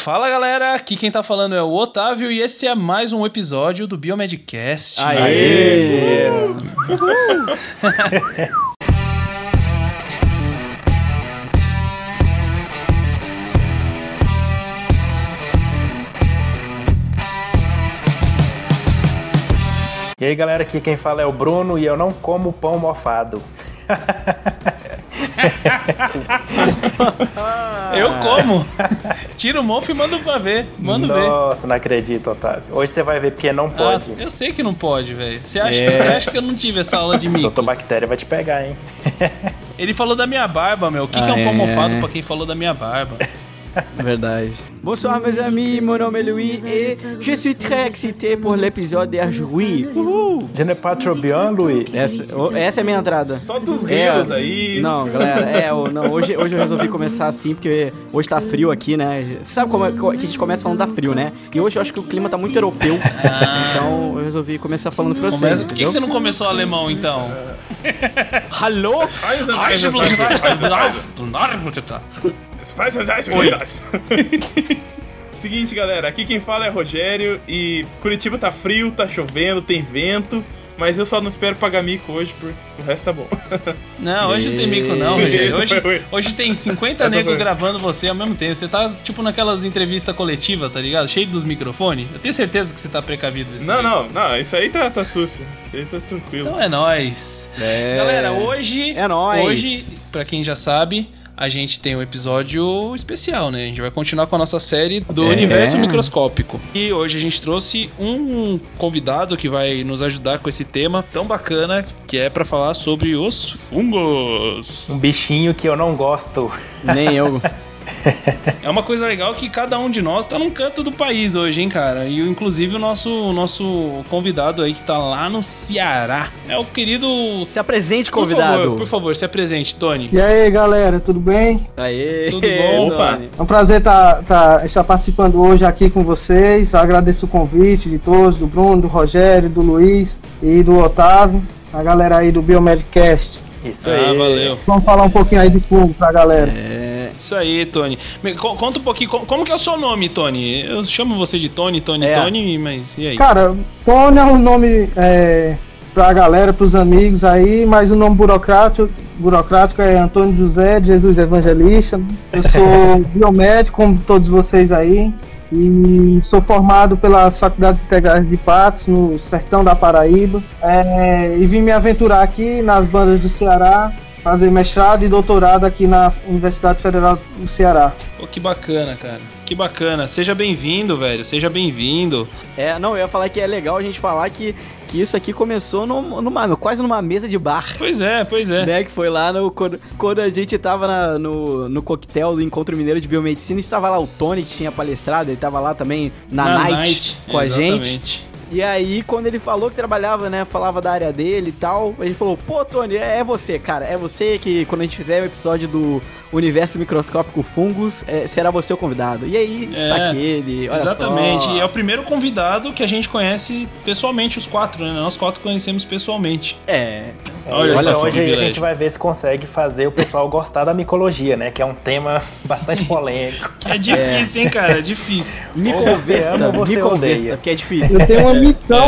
Fala galera, aqui quem tá falando é o Otávio e esse é mais um episódio do Biomedcast. Aê! E aí galera, aqui quem fala é o Bruno e eu não como pão mofado. Eu como. Tira o mofo e mando pra ver. Nossa, não acredito, Otávio. Hoje você vai ver porque não pode. Eu sei que não pode, velho. Você acha que eu não tive essa aula de mico? Doutor Bactéria vai te pegar, hein? Ele falou da minha barba, meu. O que é um pão mofado pra quem falou da minha barba? Verdade. Bonsoir mes amis, mon nom est Louis et je suis très excité pour l'épisode d'aujourd'hui. Je n'ai pas trop bien, Louis. Essa é a minha entrada. Só dos rios aí. Não, galera, hoje eu resolvi começar assim porque hoje tá frio aqui, né? Você sabe como é que a gente começa falando da frio, né? E hoje eu acho que o clima tá muito europeu. Então eu resolvi começar falando francês. Por que você não começou alemão então? Alô? Seguinte, galera, aqui quem fala é Rogério e Curitiba tá frio, tá chovendo, tem vento, mas eu só não espero pagar mico hoje, porque o resto tá bom. Não, hoje não tem mico não, Rogério. Hoje tem 50 negros gravando você ao mesmo tempo. Você tá tipo naquelas entrevistas coletivas, tá ligado? Cheio dos microfones. Eu tenho certeza que você tá precavido desse jeito. Não, isso aí tá sucio. Isso aí tá tranquilo. Então é nóis. Galera, hoje, pra quem já sabe, a gente tem um episódio especial, né? A gente vai continuar com a nossa série do Universo Microscópico. E hoje a gente trouxe um convidado que vai nos ajudar com esse tema tão bacana, que é pra falar sobre os fungos. Um bichinho que eu não gosto. Nem eu. É uma coisa legal que cada um de nós tá num canto do país hoje, hein, cara? E inclusive o nosso convidado aí que tá lá no Ceará é o querido... Se apresente, convidado. Por favor, se apresente, Tony. E aí, galera, tudo bem? Aê, tudo bom? Opa! É um prazer estar participando hoje aqui com vocês. Agradeço o convite de todos, do Bruno, do Rogério, do Luiz e do Otávio, a galera aí do Biomedcast. Isso aí. Valeu. Vamos falar um pouquinho aí de fungo pra galera. Isso aí, Tony. Conta um pouquinho, como que é o seu nome, Tony? Eu chamo você de Tony, mas e aí? Cara, Tony é um nome pra galera, pros amigos aí, mas o nome burocrático é Antônio José de Jesus Evangelista. Eu sou biomédico, como todos vocês aí, e sou formado pelas Faculdades Integrais de Patos, no sertão da Paraíba, e vim me aventurar aqui nas bandas do Ceará, fazer mestrado e doutorado aqui na Universidade Federal do Ceará. Pô, que bacana, cara. Que bacana. Seja bem-vindo, velho. Seja bem-vindo. Eu ia falar que é legal a gente falar que isso aqui começou quase numa mesa de bar. Pois é. Né, que foi lá quando a gente tava no coquetel do Encontro Mineiro de Biomedicina, estava lá o Tony, que tinha palestrado, ele tava lá também na night com exatamente. A gente. E aí, quando ele falou que trabalhava, né, falava da área dele e tal, a gente falou, pô, Tony, é você, cara, é você que quando a gente fizer o episódio do Universo Microscópico Fungos, será você o convidado. E aí, está aquele, olha exatamente, só. E é o primeiro convidado que a gente conhece pessoalmente, os quatro, né, nós quatro conhecemos pessoalmente. Olha só, hoje a gente vai ver se consegue fazer o pessoal gostar da micologia, né, que é um tema bastante polêmico. É difícil, hein, cara, é difícil. Me converta, porque é difícil. Eu tenho uma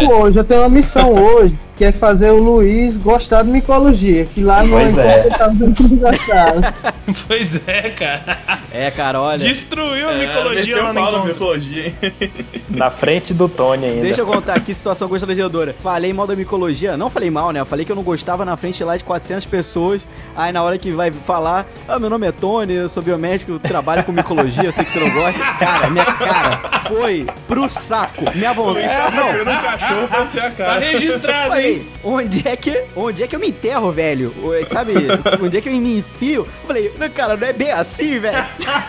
missão hoje, que é fazer o Luiz gostar de micologia, que lá no encontro tá muito engraçado. Pois é, cara. Cara, olha. Destruiu a micologia lá no micologia, hein? Na frente do Tony ainda. Deixa eu contar aqui situação constrangedora. Falei mal da micologia, não falei mal, né? Eu falei que eu não gostava na frente lá de 400 pessoas. Aí na hora que vai falar, meu nome é Tony, eu sou biomédico, eu trabalho com micologia, eu sei que você não gosta. Cara, minha cara foi pro saco. Minha vontade. Eu não cachorro pra enfiar a cara. Tá registrado, falei, hein? onde é que eu me enterro, velho? Sabe, onde é que eu me enfio? Eu falei, cara, não é bem assim, velho.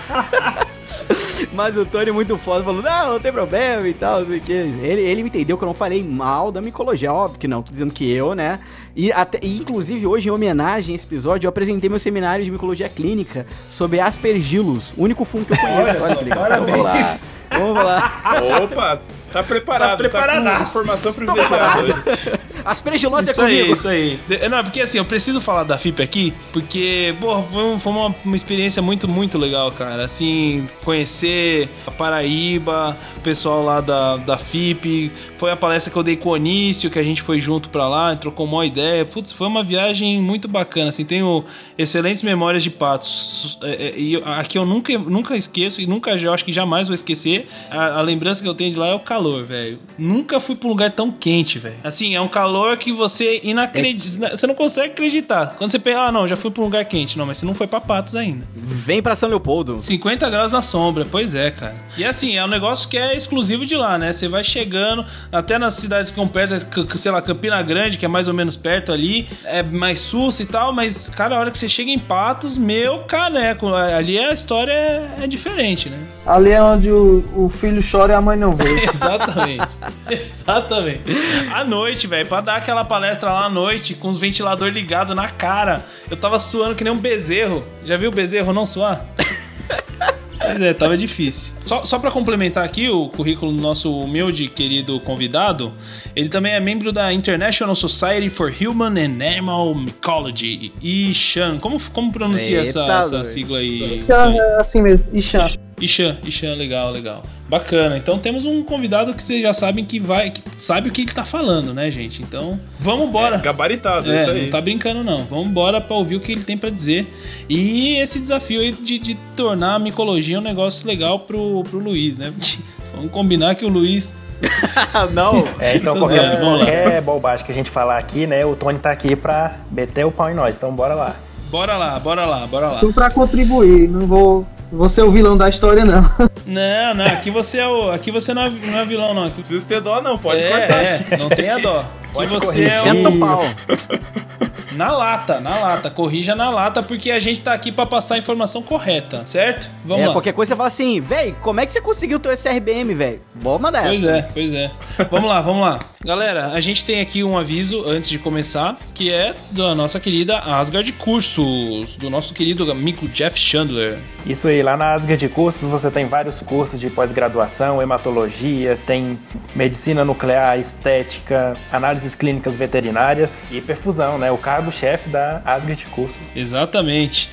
Mas o Tony muito foda falou, não tem problema e tal, não sei o que. Ele me entendeu que eu não falei mal da micologia, óbvio que não, tô dizendo que eu, né? E inclusive hoje, em homenagem a esse episódio, eu apresentei meu seminário de micologia clínica sobre aspergillus, o único fungo que eu conheço. Olha que legal. Vamos lá. Opa, tá preparado. Tá com informação privilegiada. Aspergilose é comigo. Isso aí. Não, porque assim, eu preciso falar da FIP aqui, porque, pô, foi uma experiência muito, muito legal, cara. Assim, conhecer a Paraíba, o pessoal lá da FIP, foi a palestra que eu dei com o Onício, que a gente foi junto pra lá, trocou uma ideia. Putz, foi uma viagem muito bacana, assim, tenho excelentes memórias de Patos. E aqui eu nunca esqueço, e eu acho que jamais vou esquecer, a lembrança que eu tenho de lá é o calor, velho. Nunca fui pra um lugar tão quente, velho. Assim, é um calor que você inacredita. Você não consegue acreditar. Quando você pensa, não, já fui pra um lugar quente. Não, mas você não foi pra Patos ainda. Vem pra São Leopoldo. 50 graus na sombra, pois é, cara. E assim, é um negócio que é exclusivo de lá, né? Você vai chegando, até nas cidades que estão perto, sei lá, Campina Grande, que é mais ou menos perto ali, é mais sussa e tal, mas, cara, a hora que você chega em Patos, meu caneco, ali a história é diferente, né? Ali é onde o filho chora e a mãe não vê. Exatamente. À noite, velho, pra dar aquela palestra lá à noite, com os ventiladores ligados na cara, eu tava suando que nem um bezerro. Já viu o bezerro não suar? Pois é, tava difícil. Só pra complementar aqui o currículo do nosso humilde querido convidado, ele também é membro da International Society for Human and Animal Mycology, ISHAN. Como pronuncia essa sigla aí? ISHAN é assim mesmo, ISHAN. ISHAN, legal. Bacana. Então temos um convidado que vocês já sabem que sabe o que tá falando, né, gente? Então, vamos embora. Gabaritado, isso aí. Não tá brincando, não. Vamos embora pra ouvir o que ele tem pra dizer. E esse desafio aí de tornar a micologia um negócio legal pro Luiz, né? Vamos combinar que o Luiz... Não. Então qualquer bobagem que a gente falar aqui, né? O Tony tá aqui pra meter o pau em nós. Então bora lá. Bora lá. Tô pra contribuir, não vou ser o vilão da história, não. Não, aqui você não é vilão, não. Aqui... Não precisa ter dó, não, pode cortar. Não tenha dó. Pode correr, senta o pau. Na lata, corrija na lata, porque a gente tá aqui pra passar a informação correta, certo? Vamos lá. Qualquer coisa você fala assim, velho, como é que você conseguiu o teu SRBM, velho? Vou mandar essa. Pois é. Vamos lá. Galera, a gente tem aqui um aviso antes de começar, que é da nossa querida Asgard Cursos, do nosso querido amigo Jeff Chandler. Isso aí, lá na Asgard Cursos você tem vários cursos de pós-graduação, hematologia, tem medicina nuclear, estética, análises clínicas veterinárias e perfusão, né? O cargo-chefe da Asgard Cursos. Exatamente.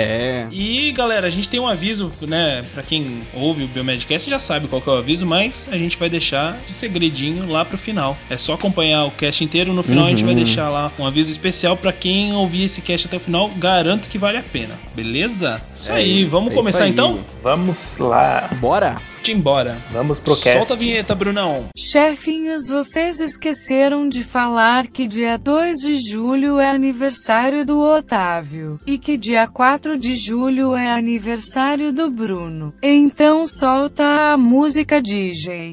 E galera, a gente tem um aviso, né? Pra quem ouve o Biomedcast já sabe qual que é o aviso, mas a gente vai deixar de segredinho lá pro final. É só acompanhar o cast inteiro, no final a gente vai deixar lá um aviso especial pra quem ouvir esse cast até o final. Garanto que vale a pena, beleza? Isso aí, vamos começar então? Vamos lá. Bora? Embora. Vamos pro cast. Solta a vinheta, Brunão. Chefinhos, vocês esqueceram de falar que dia 2 de julho é aniversário do Otávio, e que dia 4 de julho é aniversário do Bruno. Então solta a música, DJ.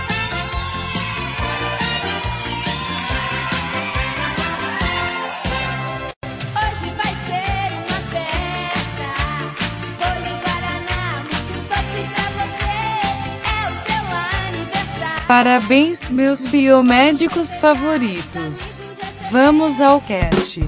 Parabéns, meus biomédicos favoritos. Vamos ao cast.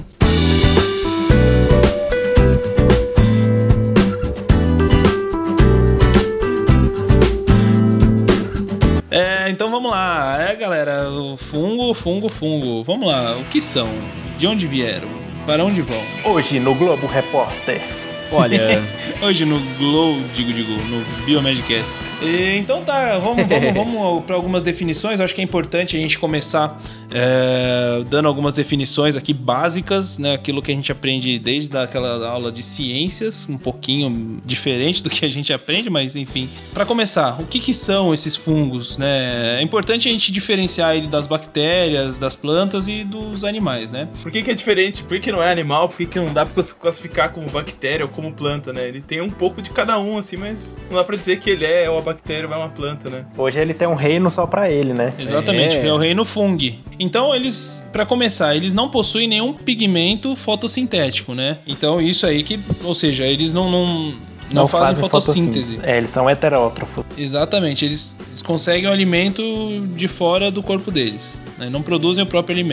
Então vamos lá. Galera, o fungo. Vamos lá, o que são? De onde vieram? Para onde vão? Hoje no Globo Repórter. Olha... Hoje no no Biomedcast. Então tá, vamos para algumas definições. Eu acho que é importante a gente começar dando algumas definições aqui básicas, né? Aquilo que a gente aprende desde aquela aula de ciências, um pouquinho diferente do que a gente aprende, mas enfim. Para começar, o que são esses fungos, né? É importante a gente diferenciar ele das bactérias, das plantas e dos animais, né? Por que é diferente? Por que não é animal? Por que não dá pra classificar como bactéria ou como planta, né? Ele tem um pouco de cada um, assim, mas não dá pra dizer que ele é uma bactéria ou é uma planta, né? Hoje ele tem um reino só pra ele, né? Exatamente, que é o reino fungi. Então eles, pra começar, eles não possuem nenhum pigmento fotossintético, né? Então isso aí ou seja, eles não fazem fotossíntese. Eles são heterótrofos. Exatamente, eles conseguem o alimento de fora do corpo deles, né? Não produzem o próprio alimento.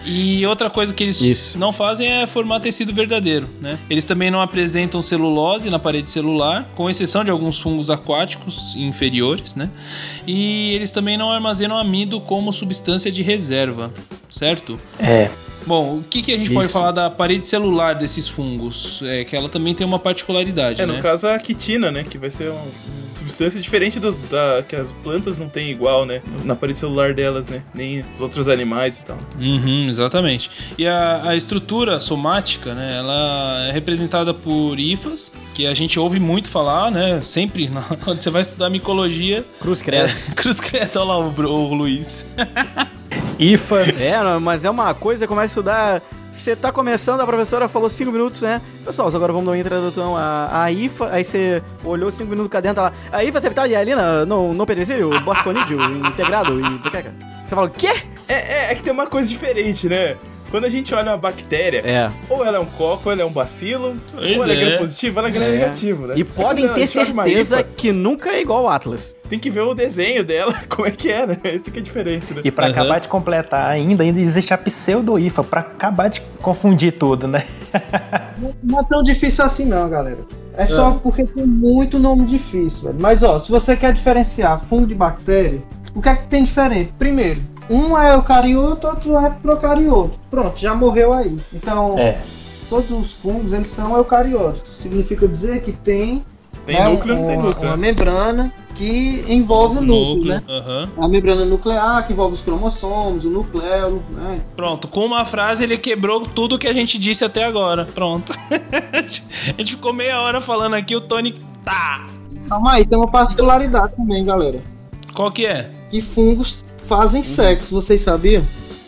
E outra coisa que eles não fazem é formar tecido verdadeiro, né? Eles também não apresentam celulose na parede celular, com exceção de alguns fungos aquáticos inferiores, né? E eles também não armazenam amido como substância de reserva, certo? Bom, o que a gente pode falar da parede celular desses fungos? É que ela também tem uma particularidade, né? No caso a quitina, né? Que vai ser uma substância diferente que as plantas não têm igual, né? Na parede celular delas, né? Nem os outros animais e tal. Exatamente. E a estrutura somática, né? Ela é representada por hifas, que a gente ouve muito falar, né? Sempre, quando você vai estudar micologia... Cruz credo. Cruz credo, olha lá o Luiz. Hifas. Mas é uma coisa, começa a estudar. Você tá começando, a professora falou 5 minutos, né? Pessoal, agora vamos dar uma introdução a IFA. Aí você olhou 5 minutos cadê tá lá. A IFA septal e ali no perecílio, bosconídeo, integrado e buqueca. Você fala, o quê? É que tem uma coisa diferente, né? Quando a gente olha uma bactéria, ou ela é um coco, ou ela é um bacilo, ou ela é gram-positivo, ou ela é gram-negativo, né? E podem ter certeza que nunca é igual ao Atlas. Tem que ver o desenho dela, como é que é, né? Isso que é diferente, né? E pra acabar de completar ainda existe a pseudo-IFA, pra acabar de confundir tudo, né? Não é tão difícil assim não, galera. É só porque tem muito nome difícil, velho. Mas ó, se você quer diferenciar fungo de bactéria, o que é que tem diferente? Primeiro, um é eucarioto, outro é procarioto. Pronto, já morreu aí. Então, todos os fungos, eles são eucariotos. Significa dizer que tem núcleo, tem núcleo. Uma membrana que envolve o núcleo, né? A membrana nuclear que envolve os cromossomos, o nucleolo, né? Pronto, com uma frase ele quebrou tudo que a gente disse até agora. Pronto. A gente ficou meia hora falando aqui, o Tony tá. Calma aí, tem uma particularidade também, galera. Qual que é? Que fungos fazem sexo, vocês sabiam?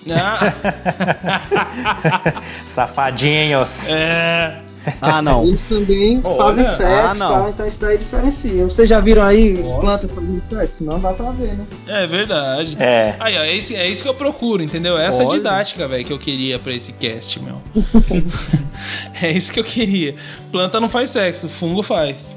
Safadinhos. Não. Eles também fazem sexo, tal, então isso daí diferencia. Vocês já viram aí plantas fazendo sexo? Não dá pra ver, né? É verdade. Aí, ó, é isso que eu procuro, entendeu? Essa didática, velho, que eu queria pra esse cast, meu. É isso que eu queria. Planta não faz sexo, fungo faz.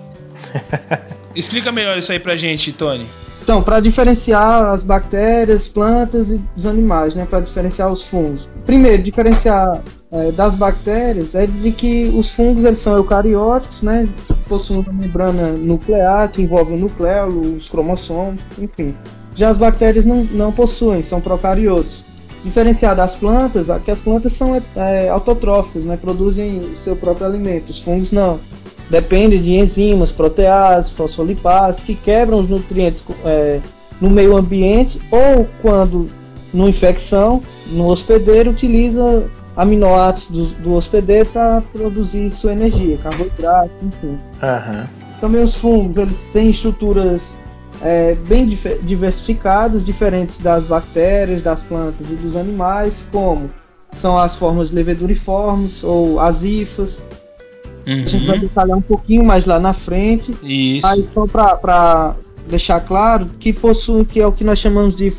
Explica melhor isso aí pra gente, Tony. Então, para diferenciar as bactérias, plantas e os animais, né? Para diferenciar os fungos. Primeiro, diferenciar das bactérias é de que os fungos eles são eucarióticos, né? Possuem uma membrana nuclear que envolve o nucleolo, os cromossomos, enfim. Já as bactérias não possuem, são procariotos. Diferenciar das plantas, que as plantas são autotróficas, né? Produzem o seu próprio alimento. Os fungos não. Depende de enzimas, proteases, fosfolipases que quebram os nutrientes no meio ambiente ou quando, numa infecção, no hospedeiro, utiliza aminoácidos do hospedeiro para produzir sua energia, carboidrato, enfim. Também os fungos eles têm estruturas bem diversificadas, diferentes das bactérias, das plantas e dos animais, como são as formas leveduriformes ou as hifas. A gente vai detalhar um pouquinho mais lá na frente. Isso. Aí só para deixar claro que possui, que é o que nós chamamos de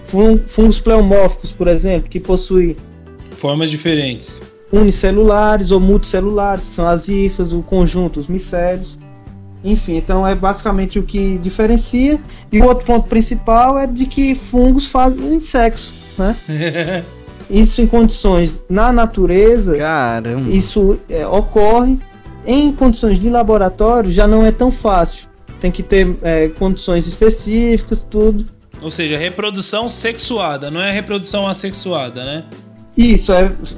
fungos pleomórficos, por exemplo, que possuem formas diferentes, unicelulares ou multicelulares, são as hifas, o conjunto, os micélios. Enfim, então é basicamente o que diferencia. E o outro ponto principal é de que fungos fazem sexo, né? Isso em condições na natureza. Caramba. Isso ocorre. Em condições de laboratório já não é tão fácil. Tem que ter condições específicas, tudo. Ou seja, reprodução sexuada, não é reprodução assexuada, né? Isso,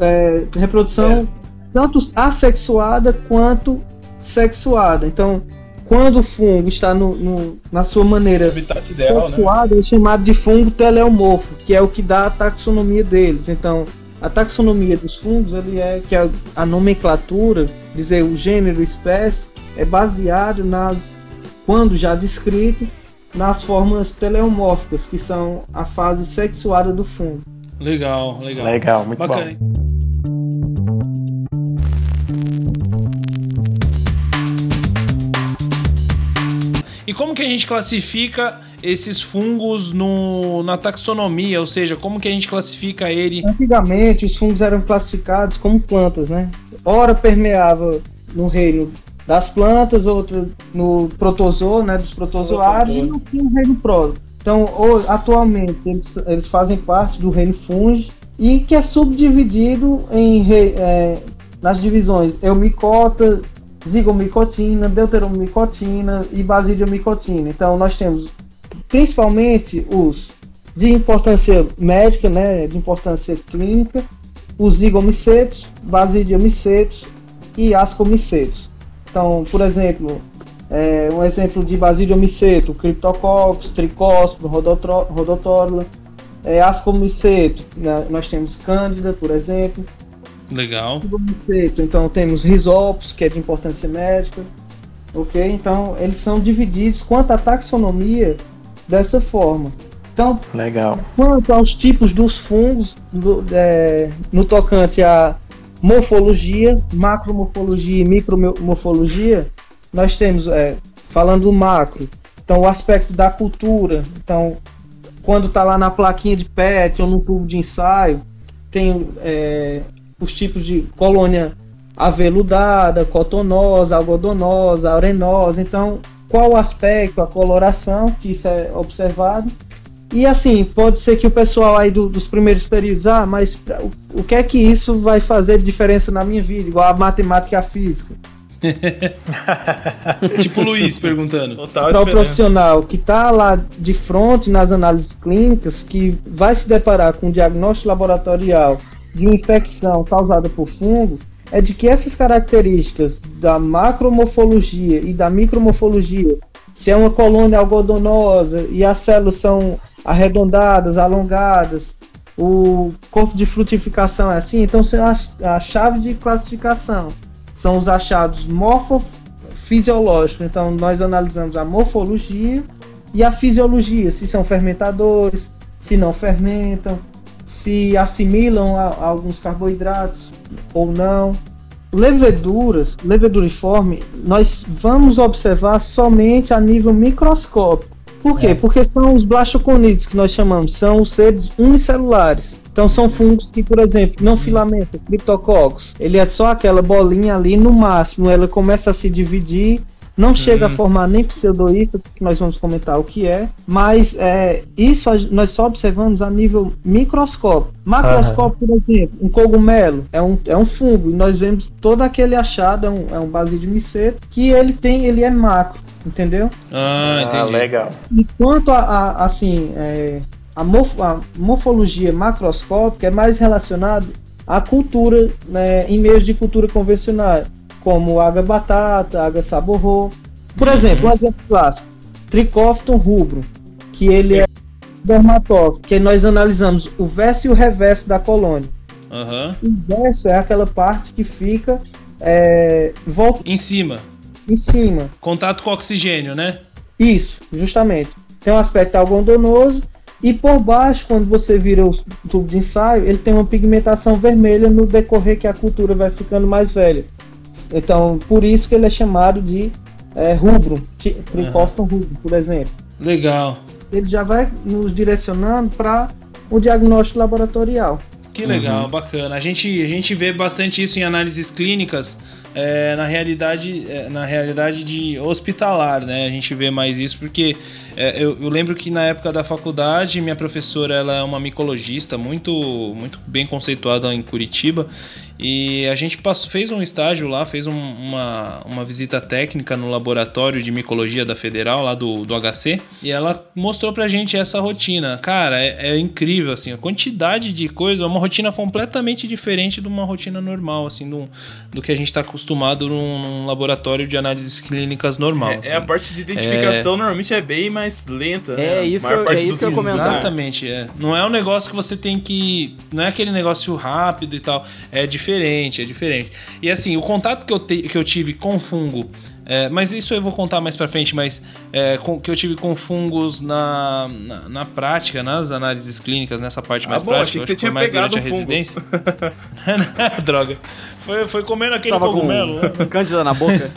é reprodução tanto assexuada quanto sexuada. Então, quando o fungo está na sua maneira sexuada, né? É chamado de fungo teleomorfo, que é o que dá a taxonomia deles. Então, a taxonomia dos fungos, que é a nomenclatura, dizer o gênero, espécie, é baseado quando já descrito, nas formas teleomórficas, que são a fase sexuada do fungo. Legal, muito bacana. Bom. E como que a gente classifica esses fungos na taxonomia? Ou seja, como que a gente classifica ele? Antigamente, os fungos eram classificados como plantas, né? Ora permeava no reino das plantas, outra no protozoo, né? Dos protozoários, e no reino prólogo. Então, atualmente, eles fazem parte do reino fungi e que é subdividido nas divisões eumicota, zigomicotina, deuteromicotina e basidiomicotina. Então nós temos principalmente os de importância médica, né, de importância clínica, os zigomicetos, basidiomicetos e ascomicetos. Então, por exemplo, um exemplo de basidiomiceto, Cryptococcus, Tricósporo, Rhodotórula. Ascomiceto, né, nós temos Cândida, por exemplo. Legal. Então temos Rhizopus, que é de importância médica. Ok? Então eles são divididos quanto à taxonomia dessa forma. Então, legal. Quanto aos tipos dos fungos, no tocante à morfologia, macromorfologia e micromorfologia, nós temos, falando do macro, então o aspecto da cultura. Então, quando está lá na plaquinha de PET ou no tubo de ensaio, tem os tipos de colônia aveludada, cotonosa, algodonosa, arenosa. Então, qual o aspecto, a coloração, que isso é observado. E assim, pode ser que o pessoal aí dos primeiros períodos, mas o que é que isso vai fazer de diferença na minha vida, igual a matemática e a física? Tipo o Luiz perguntando. Para o profissional que está lá de frente nas análises clínicas, que vai se deparar com um diagnóstico laboratorial de uma infecção causada por fungo, é de que essas características da macromorfologia e da micromorfologia, se é uma colônia algodonosa e as células são arredondadas, alongadas, o corpo de frutificação é assim, então a chave de classificação são os achados morfofisiológicos. Então nós analisamos a morfologia e a fisiologia, se são fermentadores, se não fermentam, se assimilam a alguns carboidratos ou não. Leveduriforme, nós vamos observar somente a nível microscópico. Por quê? Porque são os blastoconídeos que nós chamamos, são os seres unicelulares. Então são fungos que, por exemplo, não filamentam, Cryptococcus. Ele é só aquela bolinha ali, no máximo ela começa a se dividir, não chega a formar nem pseudoísta, que nós vamos comentar o que é, mas isso nós só observamos a nível microscópico. Macroscópico, por exemplo, um cogumelo é um fungo, e nós vemos todo aquele achado, é um basidiomiceto, que ele é macro, entendeu? Entendi. Legal. Enquanto a morfologia macroscópica é mais relacionada à cultura, né, em meios de cultura convencional, como água batata, água saborro. Por exemplo, um exemplo clássico, Trichophyton rubrum, que ele é dermatófito, que nós analisamos o verso e o reverso da colônia. O verso é aquela parte que fica em cima. Contato com oxigênio, né? Isso, justamente. Tem um aspecto algodonoso e por baixo, quando você vira o tubo de ensaio, ele tem uma pigmentação vermelha no decorrer que a cultura vai ficando mais velha. Então, por isso que ele é chamado de rubrum, Trichophyton rubrum, por exemplo. Legal. Ele já vai nos direcionando para o diagnóstico laboratorial. Que legal, bacana. A gente vê bastante isso em análises clínicas, na realidade de hospitalar, né? A gente vê mais isso porque eu lembro que na época da faculdade, minha professora, ela é uma micologista muito, muito bem conceituada em Curitiba, e a gente fez um estágio lá, fez uma visita técnica no laboratório de micologia da Federal, lá do HC, e ela mostrou pra gente essa rotina. Cara, é incrível, assim, a quantidade de coisa, é uma rotina completamente diferente de uma rotina normal, assim, do que a gente tá acostumado num laboratório de análises clínicas normal. Assim. A parte de identificação normalmente é bem mais lenta, né? Isso que eu comentar. Exatamente, Não é um negócio que você tem que... Não é aquele negócio rápido e tal. É diferente. E assim, o contato que eu tive com fungo, mas isso eu vou contar mais pra frente, mas que eu tive com fungos na prática, nas análises clínicas, nessa parte mais prática. Achei que você tinha pegado o fungo. Droga. Foi comendo aquele cogumelo. Cândida na boca.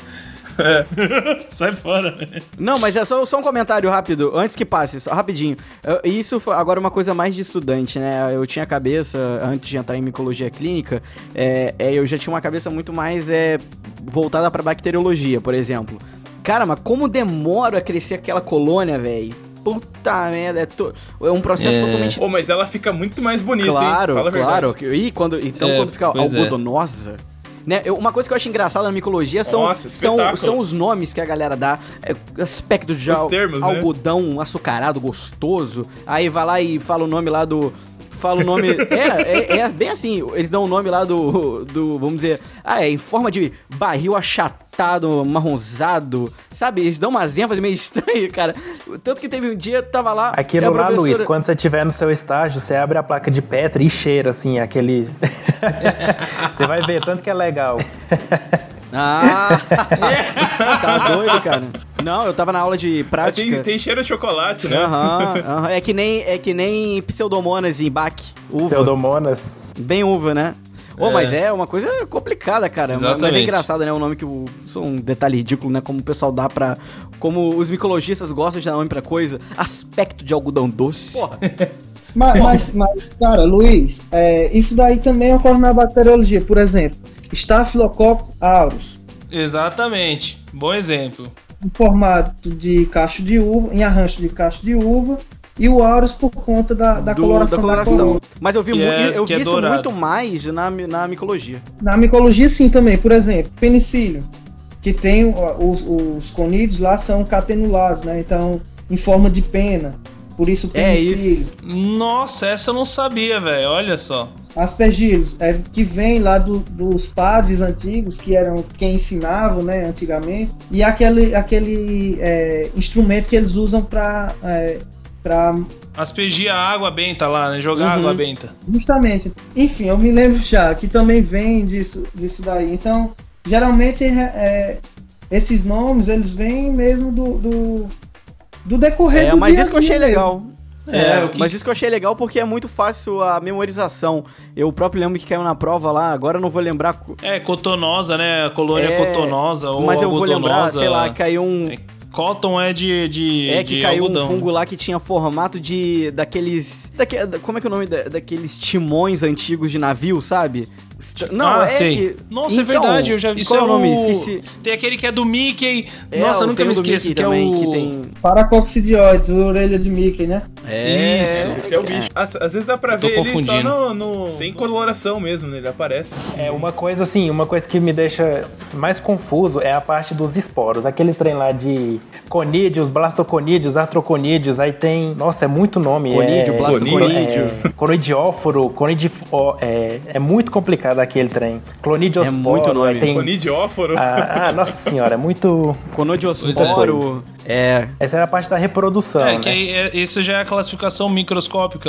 Sai fora. Não, mas é só um comentário rápido, antes que passe, só rapidinho. Isso foi agora uma coisa mais de estudante, né? Eu tinha a cabeça, antes de entrar em micologia clínica, eu já tinha uma cabeça muito mais voltada pra bacteriologia, por exemplo. Cara, mas como demora a crescer aquela colônia, velho? puta merda, é um processo totalmente... Pô, mas ela fica muito mais bonita, claro, hein? Fala a verdade. E quando fica algodonosa... Né? Uma coisa que eu acho engraçada na micologia são os nomes que a galera dá. Aspecto de algodão, né? Açucarado, gostoso. Aí vai lá e fala o nome lá do... Fala o nome... É bem assim. Eles dão o nome lá do vamos dizer... em forma de barril achatado, marronzado. Sabe? Eles dão umas ênfases meio estranhas, cara. Tanto que teve um dia, tava lá... Aquilo lá, Luiz, quando você estiver no seu estágio, você abre a placa de Petri e cheira, assim, aquele... Você vai ver tanto que é legal. Tá doido, cara. Não, eu tava na aula de prática. Tem cheiro de chocolate, né? É que nem pseudomonas em Bach. Uva. Pseudomonas. Bem uva, né? Mas é uma coisa complicada, cara. Exatamente. Mas é engraçado, né? O nome que Isso é um detalhe ridículo, né? Como o pessoal dá pra... Como os micologistas gostam de dar nome pra coisa. Aspecto de algodão doce. Porra. Mas, cara, Luiz, isso daí também ocorre na bacteriologia. Por exemplo, Staphylococcus aureus. Exatamente. Bom exemplo. Em formato de cacho de uva, em arranjo de cacho de uva, e o aureus por conta da coloração da coroa. Mas eu vi isso muito mais na micologia. Na micologia, sim, também. Por exemplo, penicílio, que tem os conídeos lá são catenulados, né? Então, em forma de pena. Por isso penicílio. Isso. Nossa, essa eu não sabia, velho. Olha só. Aspergillus, que vem lá dos padres antigos, que eram quem ensinavam, né, antigamente. E aquele instrumento que eles usam para aspergir a água benta lá, né? Jogar água benta. Justamente. Enfim, eu me lembro já que também vem disso daí. Então, geralmente, esses nomes, eles vêm mesmo do decorrer do mas dia isso que eu achei mesmo. legal. Mas isso que eu achei legal porque é muito fácil a memorização. Eu próprio lembro que caiu na prova lá, agora eu não vou lembrar. Cotonosa, né? A colônia cotonosa ou mas eu vou lembrar, sei lá, caiu um... Cotton é de caiu algodão. Um fungo lá que tinha formato daqueles... como é que é o nome daqueles timões antigos de navio, sabe? Não, sei. Nossa, é verdade, eu já vi. Qual é o nome? Esqueci. Tem aquele que é do Mickey. Nossa, eu nunca me esqueço. Que também, que tem... Paracoccidioides, a orelha de Mickey, né? Isso. Esse é o bicho. Às vezes dá pra ver ele só sem coloração mesmo, né? Ele aparece. Assim. Uma coisa que me deixa mais confuso é a parte dos esporos. Aquele trem lá de conídeos, blastoconídeos, artroconídeos, aí tem... Nossa, é muito nome. Conídeo, blastoconídeo. Conoidióforo, é muito complicado aquele trem. Clonidiosporo. É muito nome. Conidióforo. Nossa senhora, é muito... Conodiosporo. Essa é a parte da reprodução, né? Isso já é a classificação microscópica.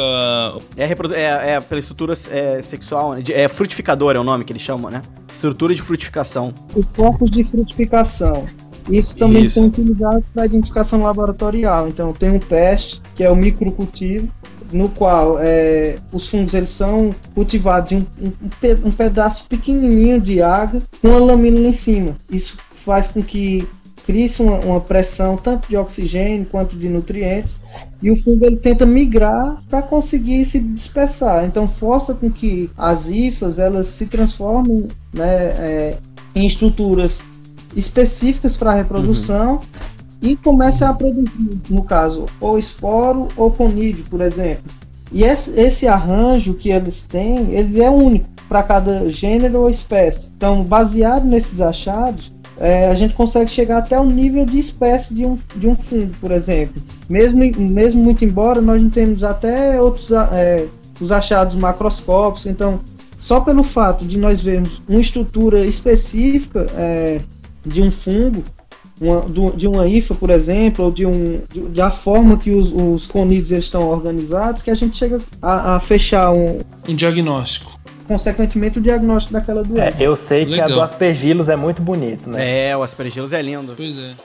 Pela estrutura sexual, né? Frutificador é o nome que eles chamam, né? Estrutura de frutificação. Os corpos de frutificação. Isso também são utilizados para identificação laboratorial. Então, tem um teste, que é o microcultivo, no qual os fungos eles são cultivados em um pedaço pequenininho de água com uma lamínula em cima. Isso faz com que crie-se uma pressão tanto de oxigênio quanto de nutrientes, e o fungo ele tenta migrar para conseguir se dispersar. Então força com que as hifas elas se transformem, né, em estruturas específicas para a reprodução e comecem a produzir, no caso, ou esporo ou conídeo, por exemplo. E esse arranjo que eles têm, ele é único para cada gênero ou espécie. Então, baseado nesses achados, a gente consegue chegar até o nível de espécie de um fungo, por exemplo. Mesmo muito embora nós não temos até outros os achados macroscópicos. Então, só pelo fato de nós vermos uma estrutura específica de um fungo, de uma hifa, por exemplo, ou de a forma que os conídeos estão organizados, que a gente chega a fechar um diagnóstico. Consequentemente, o diagnóstico daquela doença. Eu sei que a do Aspergillus é muito bonito, né? O Aspergillus é lindo. Pois é.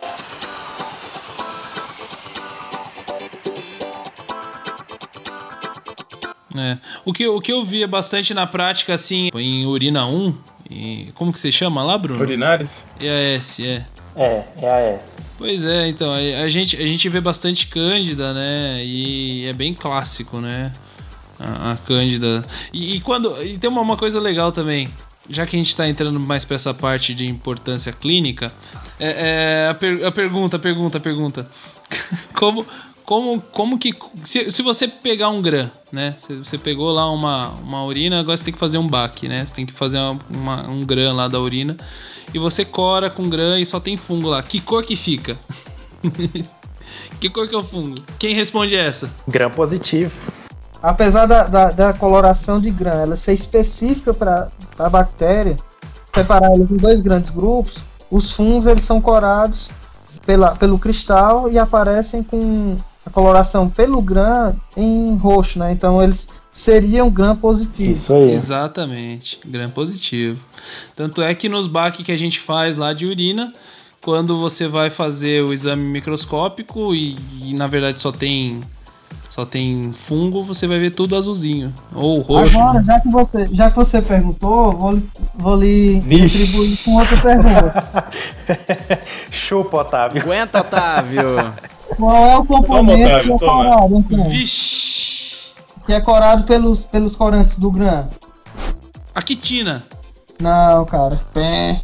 O que eu via bastante na prática, assim, em urina 1, como que você chama lá, Bruno? Urinários? É a S. Pois é, então, a gente vê bastante cândida, né, e é bem clássico, né, a cândida. E tem uma coisa legal também, já que a gente tá entrando mais pra essa parte de importância clínica, a pergunta. como que... Se você pegar um GRAM, né? Se você pegou lá uma urina, agora você tem que fazer um BAC, né? Você tem que fazer um GRAM lá da urina. E você cora com GRAM e só tem fungo lá. Que cor que fica? Que cor que é o fungo? Quem responde essa? GRAM positivo. Apesar da coloração de GRAM ela ser específica para a bactéria, separar eles em dois grandes grupos, os fungos eles são corados pelo cristal e aparecem com a coloração pelo GRAM em roxo, né? Então eles seriam GRAM positivo. Isso aí. Exatamente, GRAM positivo. Tanto é que nos BAC que a gente faz lá de urina, quando você vai fazer o exame microscópico e na verdade só tem fungo, você vai ver tudo azulzinho ou roxo. Agora, já que você perguntou, vou lhe retribuir com outra pergunta. Chupa, Otávio. Aguenta, Otávio. Qual é o componente que é corado, então? Vixe. Que é corado pelos corantes do GRAM? A quitina. Não, cara. Pé.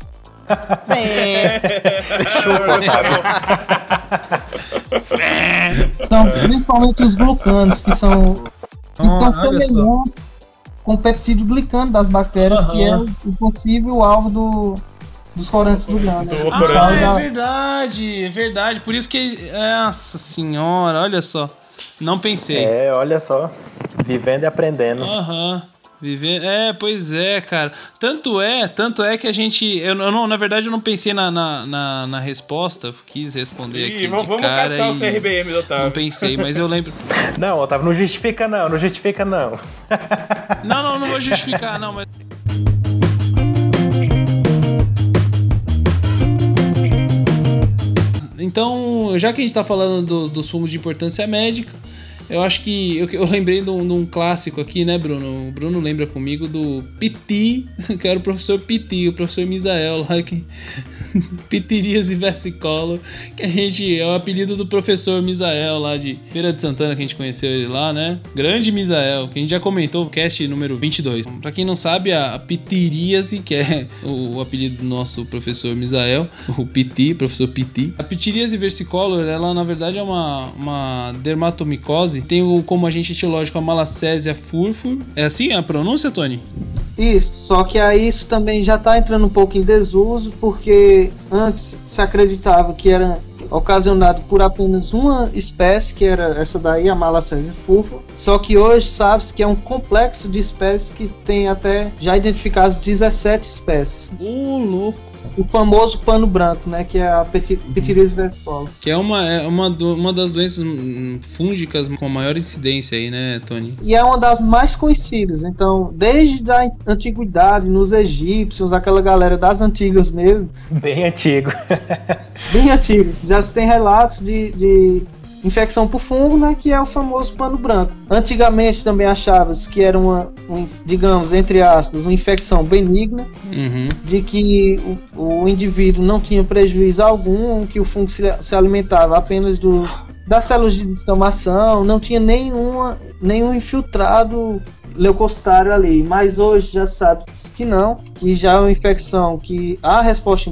Chupa, Otávio. São principalmente os glucanos, que são semelhantes com o peptídeo glicano das bactérias, que é o possível alvo dos corantes do GRAM. É verdade. Por isso que... Nossa senhora, olha só. Não pensei. Olha só. Vivendo e aprendendo. Pois é, cara. Tanto é que a gente... na verdade, eu não pensei na resposta. Quis responder aqui vamos caçar o CRBM do Otávio. Não pensei, mas eu lembro... Não, Otávio, não justifica não. Não vou justificar, não, mas... Então, já que a gente tá falando dos fungos de importância médica, eu acho que eu lembrei de um clássico aqui, né, Bruno? O Bruno lembra comigo do Piti, que era o professor Piti, o professor Misael lá, que Pitirias e versicolo, que é o apelido do professor Misael lá de Feira de Santana, que a gente conheceu ele lá, né? Grande Misael, que a gente já comentou no cast número 22. Pra quem não sabe, a pitiríase, que é o apelido do nosso professor Misael, o Piti, professor Piti. A pitiríase versicolor, ela na verdade é uma dermatomicose. Tem como agente etiológico a Malassezia furfur. É assim a pronúncia, Tony? Isso, só que aí isso também já está entrando um pouco em desuso, porque antes se acreditava que era ocasionado por apenas uma espécie, que era essa daí, a Malassezia furfur, só que hoje sabe-se que é um complexo de espécies que tem até já identificados 17 espécies. Louco! O famoso pano branco, né, que é a pitiríase versicolor. Que é uma das doenças fúngicas com maior incidência aí, né, Tony? E é uma das mais conhecidas. Então, desde a antiguidade, nos egípcios, aquela galera das antigas mesmo. Bem antigo. Bem antigo. Já se tem relatos de infecção por fungo, né, que é o famoso pano branco. Antigamente também achava-se que era digamos, entre aspas, uma infecção benigna, de que o indivíduo não tinha prejuízo algum, que o fungo se alimentava apenas das células de descamação, não tinha nenhum infiltrado leucocitário ali. Mas hoje já sabe que não, que já é uma infecção que há resposta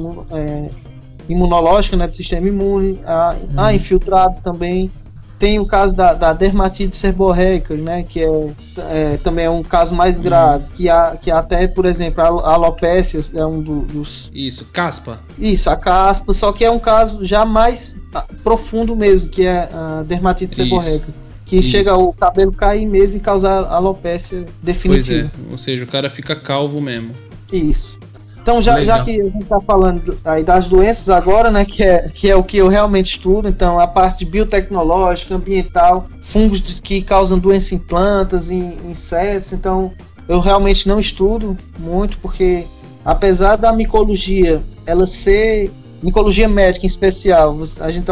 imunológica, né, do sistema imune, há infiltrado também. Tem o caso da dermatite seborreica, né, que também é um caso mais grave, que até, por exemplo, a alopécia é um dos... Isso, caspa. Isso, a caspa, só que é um caso já mais profundo mesmo, que é a dermatite seborreica, que chega o cabelo cair mesmo e causar alopécia definitiva. Pois é, ou seja, o cara fica calvo mesmo. Isso. Então, já que a gente está falando aí das doenças agora, né, que é o que eu realmente estudo, então a parte biotecnológica, ambiental, fungos que causam doença em plantas, em insetos, então eu realmente não estudo muito, porque apesar da micologia, ela ser micologia médica em especial, a gente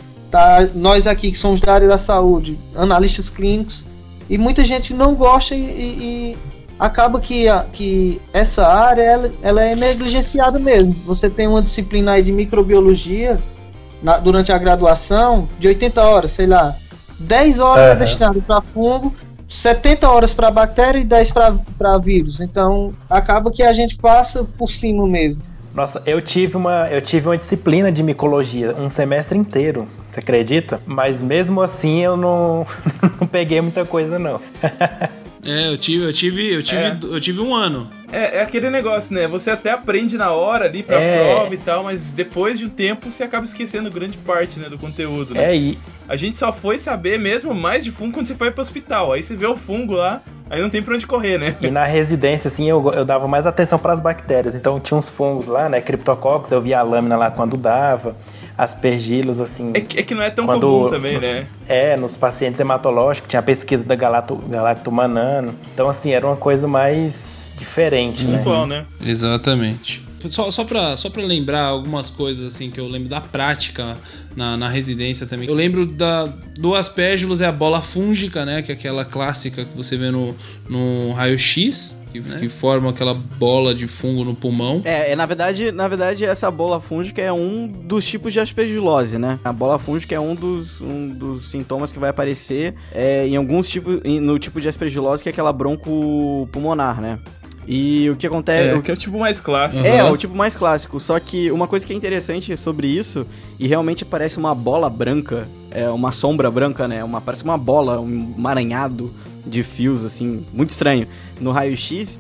nós aqui que somos da área da saúde, analistas clínicos, e muita gente não gosta e acaba que essa área ela é negligenciada mesmo. Você tem uma disciplina aí de microbiologia durante a graduação de 80 horas, sei lá. 10 horas é destinado para fungo, 70 horas para bactéria e 10 para vírus. Então acaba que a gente passa por cima mesmo. Nossa, eu tive uma disciplina de micologia, um semestre inteiro, Você acredita? Mas mesmo assim eu não peguei muita coisa, não. Eu tive um ano. É aquele negócio, né? Você até aprende na hora ali pra prova e tal, mas depois de um tempo você acaba esquecendo grande parte, né, do conteúdo, né? E a gente só foi saber mesmo mais de fungo quando você foi pro hospital. Aí você vê o fungo lá, aí não tem pra onde correr, né? E na residência, assim, eu dava mais atenção pras bactérias. Então tinha uns fungos lá, né? Cryptococcus, eu via a lâmina lá quando dava. Aspergillus, assim... É que não é tão comum também, né? Nos pacientes hematológicos, tinha a pesquisa da Galactomanano. Então, assim, era uma coisa mais diferente, pontual, né? Exatamente. Só pra lembrar algumas coisas, assim, que eu lembro da prática na residência também. Eu lembro do Aspergillus, é a bola fúngica, né? Que é aquela clássica que você vê no raio-x. Que forma aquela bola de fungo no pulmão. Na verdade, essa bola fúngica é um dos tipos de aspergilose, né? A bola fúngica é um dos sintomas que vai aparecer em alguns tipos, no tipo de aspergilose, que é aquela broncopulmonar, né? E o que acontece... que é o tipo mais clássico. O tipo mais clássico. Só que uma coisa que é interessante sobre isso, e realmente parece uma bola branca, uma sombra branca, né? Parece uma bola, um emaranhado de fios, assim, muito estranho. No raio-x,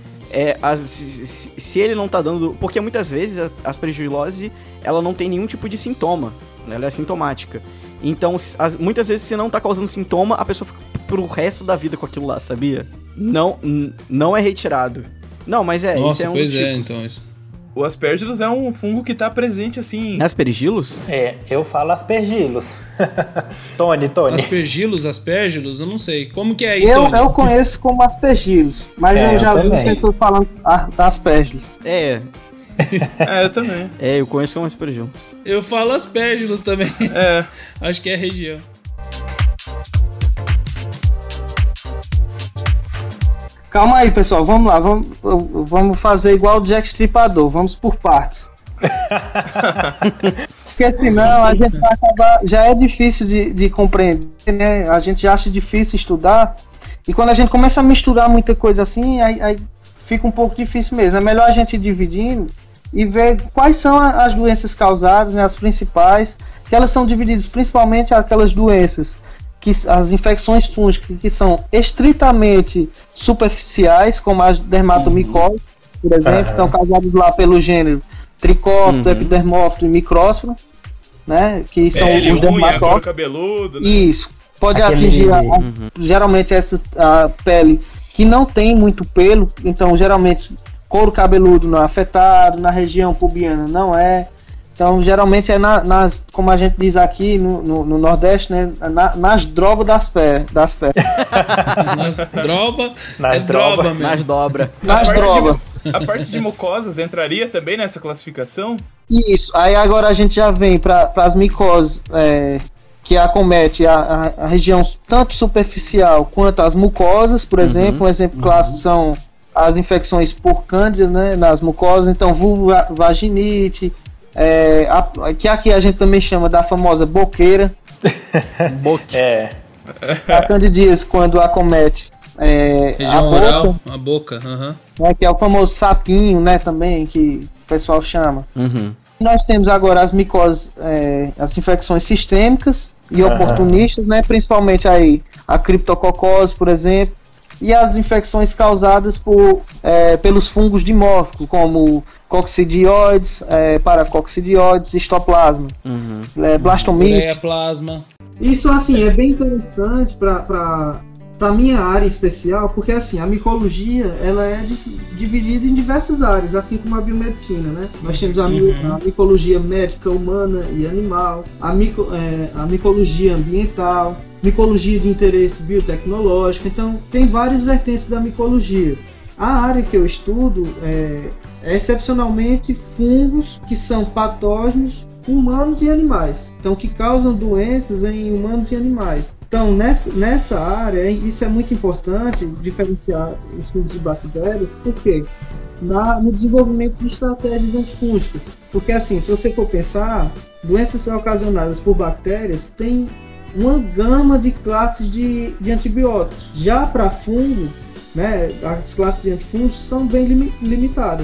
se ele não tá dando... Porque muitas vezes a aspergilose, ela não tem nenhum tipo de sintoma, né? Ela é sintomática. Então, muitas vezes, se não tá causando sintoma, a pessoa fica pro resto da vida com aquilo lá, sabia? Não é retirado. Não, mas Nossa, isso é um dos tipos. Então isso. O Aspergillus é um fungo que tá presente, assim... Aspergillus? Eu falo Aspergillus. Tony. Aspergillus, eu não sei. Como que é aí, Tony? Eu conheço como Aspergillus, mas eu já vi pessoas falando Aspergillus. Eu também. Eu conheço como Aspergillus. Eu falo Aspergillus também. Acho que é a região. Calma aí, pessoal, vamos lá, vamos fazer igual o Jack Stripador, vamos por partes. Porque senão a gente vai acabar, já é difícil de compreender, né? A gente acha difícil estudar, e quando a gente começa a misturar muita coisa assim, aí fica um pouco difícil mesmo. É melhor a gente ir dividindo e ver quais são as doenças causadas, né, as principais, que elas são divididas principalmente aquelas doenças, as infecções fúngicas que são estritamente superficiais, como as dermatomicose, por exemplo, estão causadas lá pelo gênero Tricófito, Epidermófito e Micrósporo, né, que são os dermatófilos. Cabeludo, né? Isso, pode atingir geralmente a pele que não tem muito pelo, então geralmente couro cabeludo não é afetado, na região pubiana não é. Então, geralmente é como a gente diz aqui no Nordeste, né? Nas drobas das pernas. Nas dobras. A parte de mucosas entraria também nessa classificação? Isso. Aí agora a gente já vem para as micoses, que acomete a região tanto superficial quanto as mucosas, por exemplo. Um exemplo clássico são as infecções por cândida, né? Nas mucosas. Então, vulvovaginite, que aqui a gente também chama da famosa boqueira. A candidíase, quando acomete a boca, que é o famoso sapinho, né, também, que o pessoal chama. Nós temos agora as micoses, as infecções sistêmicas e oportunistas, né, principalmente aí a criptococose, por exemplo, e as infecções causadas pelos fungos dimórficos, como coccidioides, paracoccidioides, histoplasma, blastomyces. Isso, assim, é bem interessante para minha área especial, porque, assim, a micologia, ela é dividida em diversas áreas, assim como a biomedicina, né? Nós temos a micologia médica, humana e animal, a micologia ambiental, micologia de interesse biotecnológico. Então, tem várias vertentes da micologia. A área que eu estudo é excepcionalmente fungos que são patógenos humanos e animais, então que causam doenças em humanos e animais. Então, nessa área, isso é muito importante, diferenciar os fungos de bactérias, porque no desenvolvimento de estratégias antifúngicas. Porque, assim, se você for pensar, doenças ocasionadas por bactérias têm uma gama de classes de antibióticos. Já para fungo, né, as classes de antifúngicos são bem limitadas.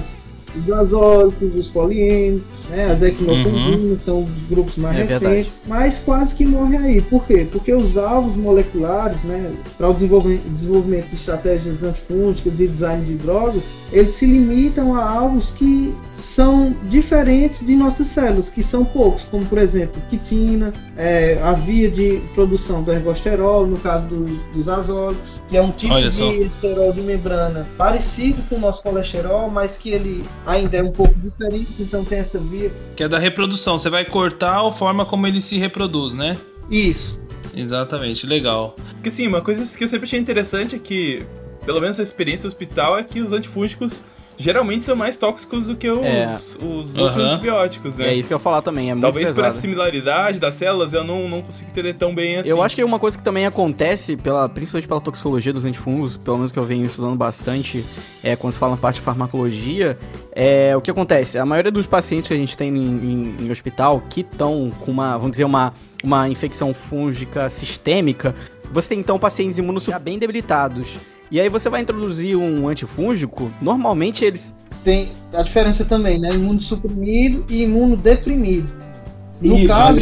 os azólicos, os poliênicos, né, as equinocondinas, são os grupos mais recentes, mas quase que morre aí. Por quê? Porque os alvos moleculares, né, para o desenvolvimento de estratégias antifúngicas e design de drogas, eles se limitam a alvos que são diferentes de nossas células, que são poucos, como por exemplo, quitina, a via de produção do ergosterol, no caso dos azólicos, que é um tipo de esterol de membrana parecido com o nosso colesterol, mas que ele ainda é um pouco diferente, então tem essa via. Que é da reprodução, você vai cortar a forma como ele se reproduz, né? Isso. Exatamente, legal. Porque assim, uma coisa que eu sempre achei interessante é que, pelo menos a experiência hospital, é que os antifúngicos geralmente são mais tóxicos do que os outros antibióticos, né? É isso que eu ia falar também, muito talvez pesado. Por a similaridade das células, eu não consigo entender tão bem assim. Eu acho que uma coisa que também acontece, principalmente pela toxicologia dos antifúngicos, pelo menos que eu venho estudando bastante, quando se fala na parte de farmacologia, o que acontece? A maioria dos pacientes que a gente tem em hospital, que estão com vamos dizer, uma infecção fúngica sistêmica, você tem então pacientes imunossuprimidos bem debilitados. E aí você vai introduzir um antifúngico, normalmente eles... Tem a diferença também, né? Imunossuprimido e imunodeprimido. No caso,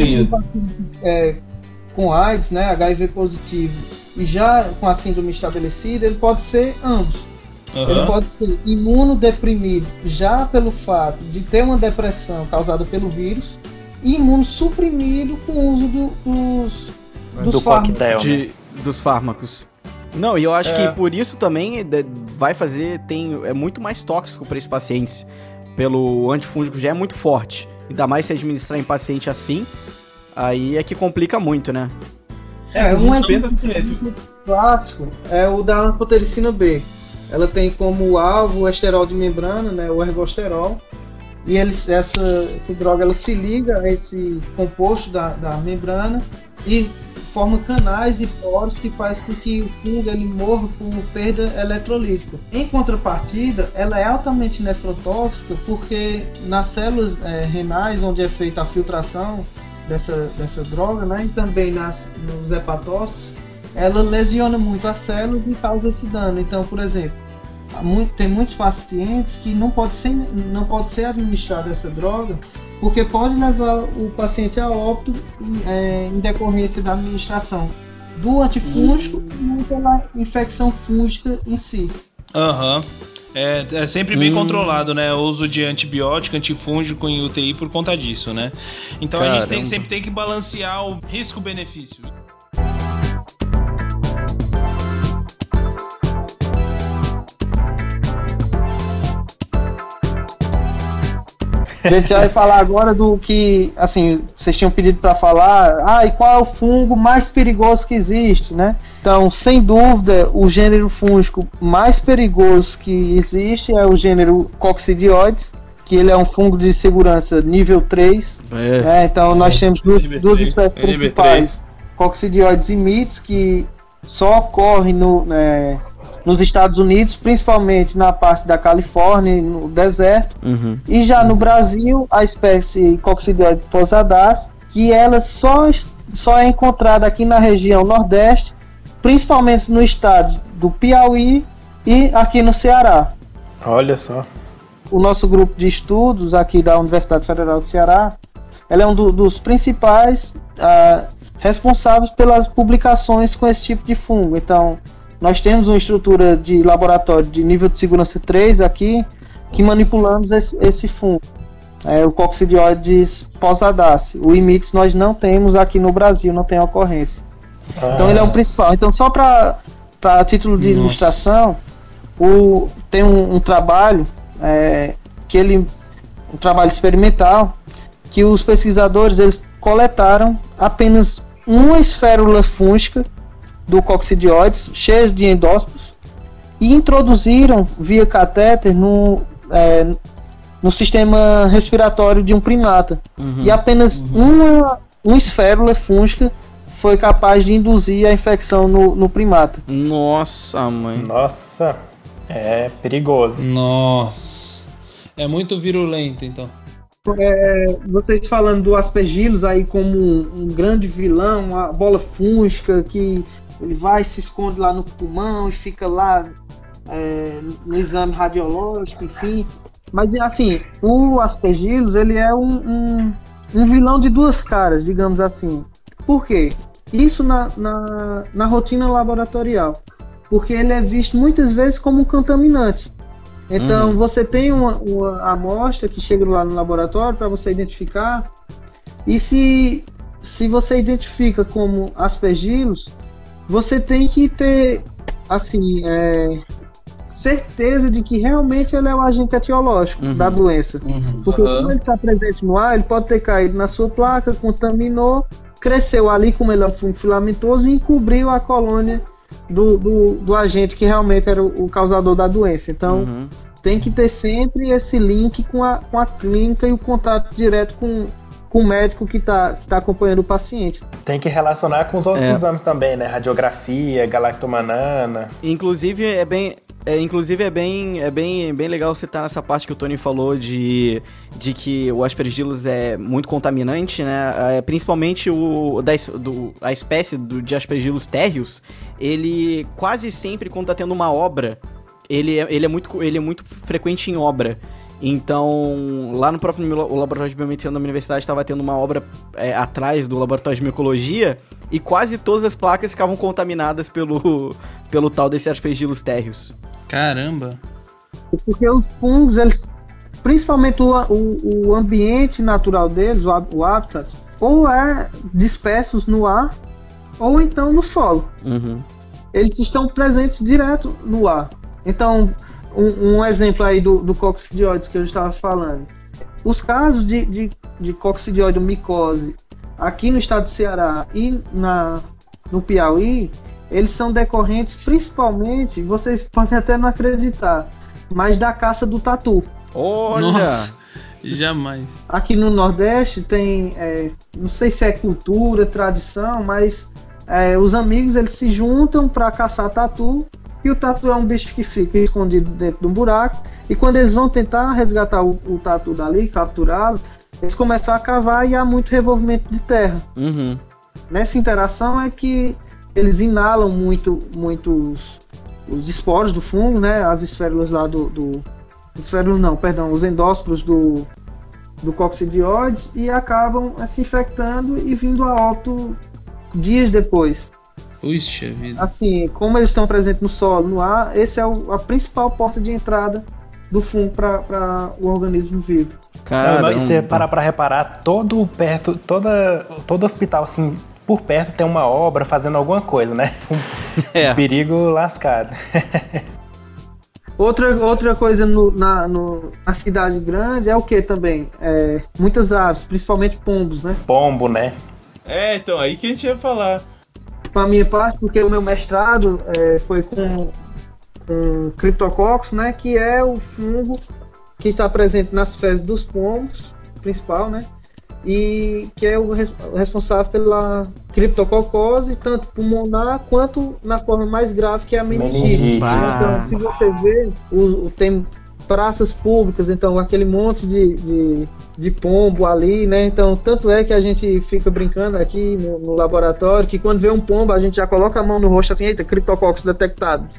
com AIDS, né, HIV positivo, e já com a síndrome estabelecida, ele pode ser ambos. Ele pode ser imunodeprimido já pelo fato de ter uma depressão causada pelo vírus, e imunossuprimido com o uso dos fármacos. Coquetel, né? Dos fármacos. Não, e eu acho que por isso também vai fazer, é muito mais tóxico para esses pacientes. Pelo antifúngico já é muito forte. Ainda mais se administrar em paciente assim, aí é que complica muito, né? Um exemplo clássico é o da anfotericina B. Ela tem como alvo o esterol de membrana, né, o ergosterol. E essa droga ela se liga a esse composto da membrana e forma canais e poros que faz com que o fungo ele morra por perda eletrolítica. Em contrapartida, ela é altamente nefrotóxica porque nas células renais, onde é feita a filtração dessa droga, né, e também nos hepatócitos, ela lesiona muito as células e causa esse dano. Então, por exemplo, tem muitos pacientes que não pode ser administrada essa droga porque pode levar o paciente a óbito em decorrência da administração do antifúngico e pela infecção fúngica em si. É sempre bem controlado, né? O uso de antibiótico, antifúngico em UTI por conta disso, né? Então a gente sempre tem que balancear o risco-benefício. A gente vai falar agora do que, assim, vocês tinham pedido para falar. E qual é o fungo mais perigoso que existe, né? Então, sem dúvida, o gênero fúngico mais perigoso que existe é o gênero Coccidioides, que ele é um fungo de segurança nível 3. Então, nós temos duas espécies principais, Coccidioides imites, que só ocorre nos Estados Unidos, principalmente na parte da Califórnia, no deserto. E já no Brasil, a espécie Coccidioides posadaceae, que ela só é encontrada aqui na região Nordeste, principalmente no estado do Piauí e aqui no Ceará. Olha só. O nosso grupo de estudos aqui da Universidade Federal do Ceará, ela é um dos principais responsáveis pelas publicações com esse tipo de fungo. Então, nós temos uma estrutura de laboratório de nível de segurança 3 aqui, que manipulamos esse fungo. O Coccidioides posadaceae. O imites nós não temos aqui no Brasil, não tem ocorrência. Então ele é o principal. Então, só para título de ilustração, tem um trabalho, um trabalho experimental, que os pesquisadores eles coletaram apenas uma esférula fúngica do Coccidioides, cheio de endóspores, e introduziram via catéter no sistema respiratório de um primata. E apenas uma esférula fúngica foi capaz de induzir a infecção no primata. Nossa, mãe. Nossa, é perigoso. Nossa, é muito virulento, então. Vocês falando do Aspergillus aí como um grande vilão, uma bola fúngica que ele vai, se esconde lá no pulmão e fica lá no exame radiológico, enfim. Mas, assim, o Aspergillus, ele é um vilão de duas caras, digamos assim. Por quê? Isso na rotina laboratorial. Porque ele é visto muitas vezes como um contaminante. Então, você tem uma amostra que chega lá no laboratório para você identificar. E se você identifica como Aspergillus, você tem que ter, assim, certeza de que realmente ele é o agente etiológico da doença. Porque como ele está presente no ar, ele pode ter caído na sua placa, contaminou, cresceu ali como ele é um fungo filamentoso e encobriu a colônia do agente que realmente era o causador da doença. Então, tem que ter sempre esse link com a clínica e o contato direto com o médico que tá acompanhando o paciente. Tem que relacionar com os outros exames também, né? Radiografia, galactomanana. Inclusive, é bem legal você estar nessa parte que o Tony falou de que o Aspergillus é muito contaminante, né? Principalmente a espécie de Aspergillus terreus, ele quase sempre, quando tá tendo uma obra, ele é muito frequente em obra. Então, lá no próprio laboratório de biomedicina da minha universidade estava tendo uma obra atrás do laboratório de micologia e quase todas as placas ficavam contaminadas pelo tal desse Aspergillus terreus. Caramba! Porque os fungos, eles, principalmente o ambiente natural deles, o habitat, ou é dispersos no ar ou então no solo. Eles estão presentes direto no ar. Então, um exemplo aí do coccidioides que eu estava falando. Os casos de coccidioide micose aqui no estado do Ceará e no Piauí, eles são decorrentes principalmente, vocês podem até não acreditar, mas da caça do tatu. Olha! Nossa, jamais. Aqui no Nordeste tem, não sei se é cultura, tradição, mas os amigos eles se juntam para caçar tatu. E o tatu é um bicho que fica escondido dentro de um buraco. E quando eles vão tentar resgatar o tatu dali, capturá-lo, eles começam a cavar e há muito revolvimento de terra. Nessa interação é que eles inalam muito os esporos do fungo, né? As esférulas lá os endósporos do coccidioides, e acabam se infectando e vindo a óbito dias depois. Puxa vida. Assim, como eles estão presentes no solo, no ar, esse é a principal porta de entrada do fungo para o organismo vivo. Caramba. E você parar para reparar, todo hospital, assim, por perto tem uma obra fazendo alguma coisa, né? Um perigo lascado. Outra coisa na cidade grande é o que também? Muitas aves, principalmente pombos, né? Pombo, né? Então, aí que a gente ia falar. Para minha parte, porque o meu mestrado foi com Cryptococcus, né, que é o fungo que está presente nas fezes dos pombos, principal, né, e que é o responsável pela criptococose, tanto pulmonar quanto na forma mais grave, que é a meningite. Então, se você ver, tem praças públicas, então aquele monte de pombo ali, né? Então, tanto é que a gente fica brincando aqui no laboratório, que quando vê um pombo, a gente já coloca a mão no rosto assim, eita, Cryptococcus detectado.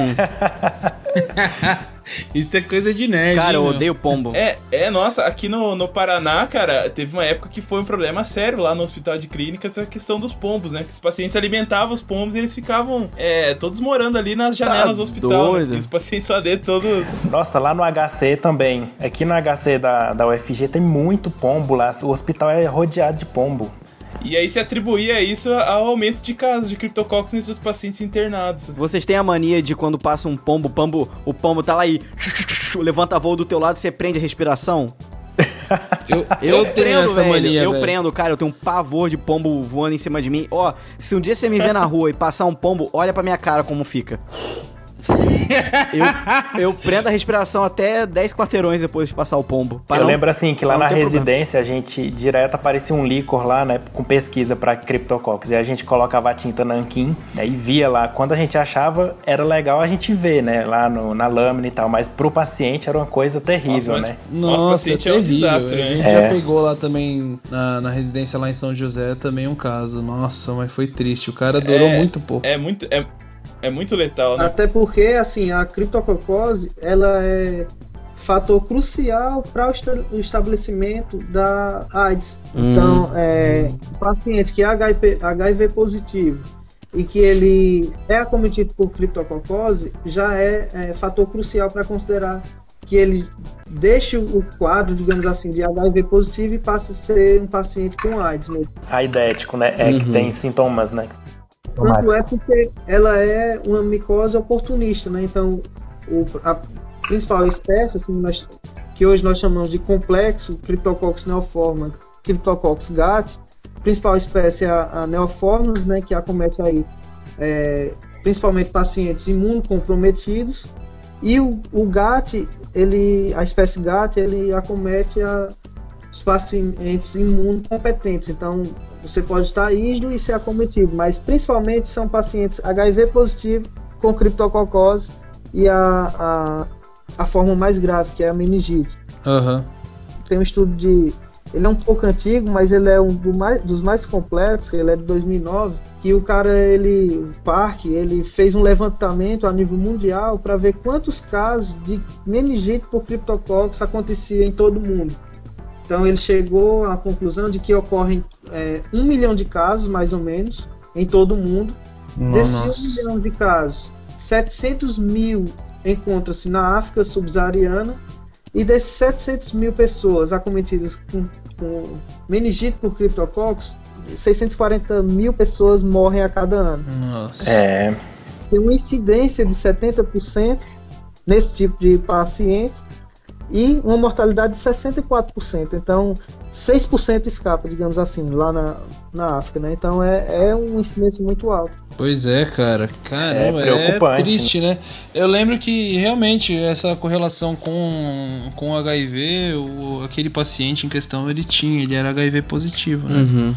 Isso é coisa de nerd. Cara, eu odeio pombo. Nossa, aqui no Paraná, cara, teve uma época que foi um problema sério lá no hospital de clínicas, a questão dos pombos, né? Que os pacientes alimentavam os pombos e eles ficavam todos morando ali nas janelas do hospital. Né? Os pacientes lá dentro todos... Nossa, lá no HC também. Aqui no HC da UFG tem muito pombo lá. O hospital é rodeado de pombo. E aí se atribuía isso ao aumento de casos de criptococcus entre os pacientes internados. Vocês têm a mania de quando passa um pombo, o pombo tá lá e levanta voo do teu lado e você prende a respiração? Eu prendo, essa mania, eu prendo, cara, eu tenho um pavor de pombo voando em cima de mim. Ó, se um dia você me ver na rua e passar um pombo, olha pra minha cara como fica. Eu prendo a respiração até 10 quarteirões depois de passar o pombo. Eu lembro assim que lá na residência a gente direto aparecia um líquor lá, né, com pesquisa pra Cryptococcus, e a gente colocava a tinta nanquim, aí via lá, quando a gente achava era legal a gente ver, né, lá na lâmina e tal, mas pro paciente era uma coisa terrível. Nossa, né? Nossa, o paciente é um desastre, né? A gente já pegou lá também na residência lá em São José também um caso. Nossa, mas foi triste, o cara durou muito pouco. É muito letal, né? Até porque, assim, a criptococose, ela é fator crucial para o estabelecimento da AIDS. Então, o paciente que é HIV positivo e que ele é acometido por criptococose já é fator crucial para considerar que ele deixe o quadro, digamos assim, de HIV positivo e passe a ser um paciente com AIDS. Né? Aidético, né? Que tem sintomas, né? Tanto é porque ela é uma micose oportunista, né? Então, a principal espécie, assim, que hoje nós chamamos de complexo Cryptococcus neoformans, Cryptococcus gat, a principal espécie é a neoformans, né? Que acomete aí principalmente pacientes imunocomprometidos, e o GAT, a espécie GAT, ele acomete os pacientes imunocompetentes. Então, você pode estar ígido e ser acometido, mas principalmente são pacientes HIV positivo com criptococose e a forma mais grave, que é a meningite. Tem um estudo ele é um pouco antigo, mas ele é dos mais completos, ele é de 2009, que o cara, o Park, ele fez um levantamento a nível mundial para ver quantos casos de meningite por criptococcus acontecia em todo o mundo. Então ele chegou à conclusão de que ocorrem 1 milhão de casos, mais ou menos, em todo o mundo. Desses 1 milhão de casos, 700 mil encontram-se na África subsaariana, e desses 700 mil pessoas acometidas com meningite por criptococcus, 640 mil pessoas morrem a cada ano. Nossa. Tem uma incidência de 70% nesse tipo de paciente e uma mortalidade de 64%. Então, 6% escapa, digamos assim, lá na África, né? Então, é uma incidência muito alta. Pois é, cara. Caramba, preocupante, triste, né? Eu lembro que, realmente, essa correlação com HIV, aquele paciente em questão, ele era HIV positivo, né?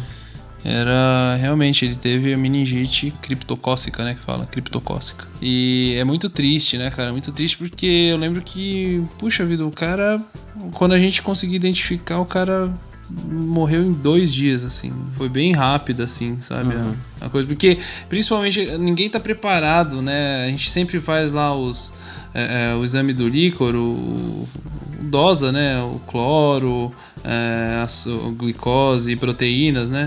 Realmente, ele teve a meningite criptocócica, né, que fala, criptocócica. E é muito triste, né, cara, muito triste porque eu lembro que, puxa vida, o cara, quando a gente conseguiu identificar, o cara morreu em 2 dias, assim, foi bem rápido, assim, sabe, a coisa, porque, principalmente, ninguém tá preparado, né, a gente sempre faz lá o exame do líquor, o DOSA, né, o cloro, a glicose e proteínas, né.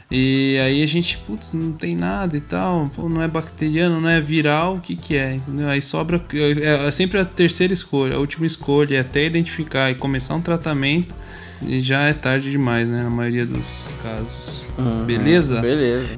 E aí a gente, não tem nada e tal, não é bacteriano, não é viral, o que é, entendeu? Aí sobra, é sempre a terceira escolha, a última escolha é até identificar e começar um tratamento, e já é tarde demais, né, na maioria dos casos. Beleza? Beleza.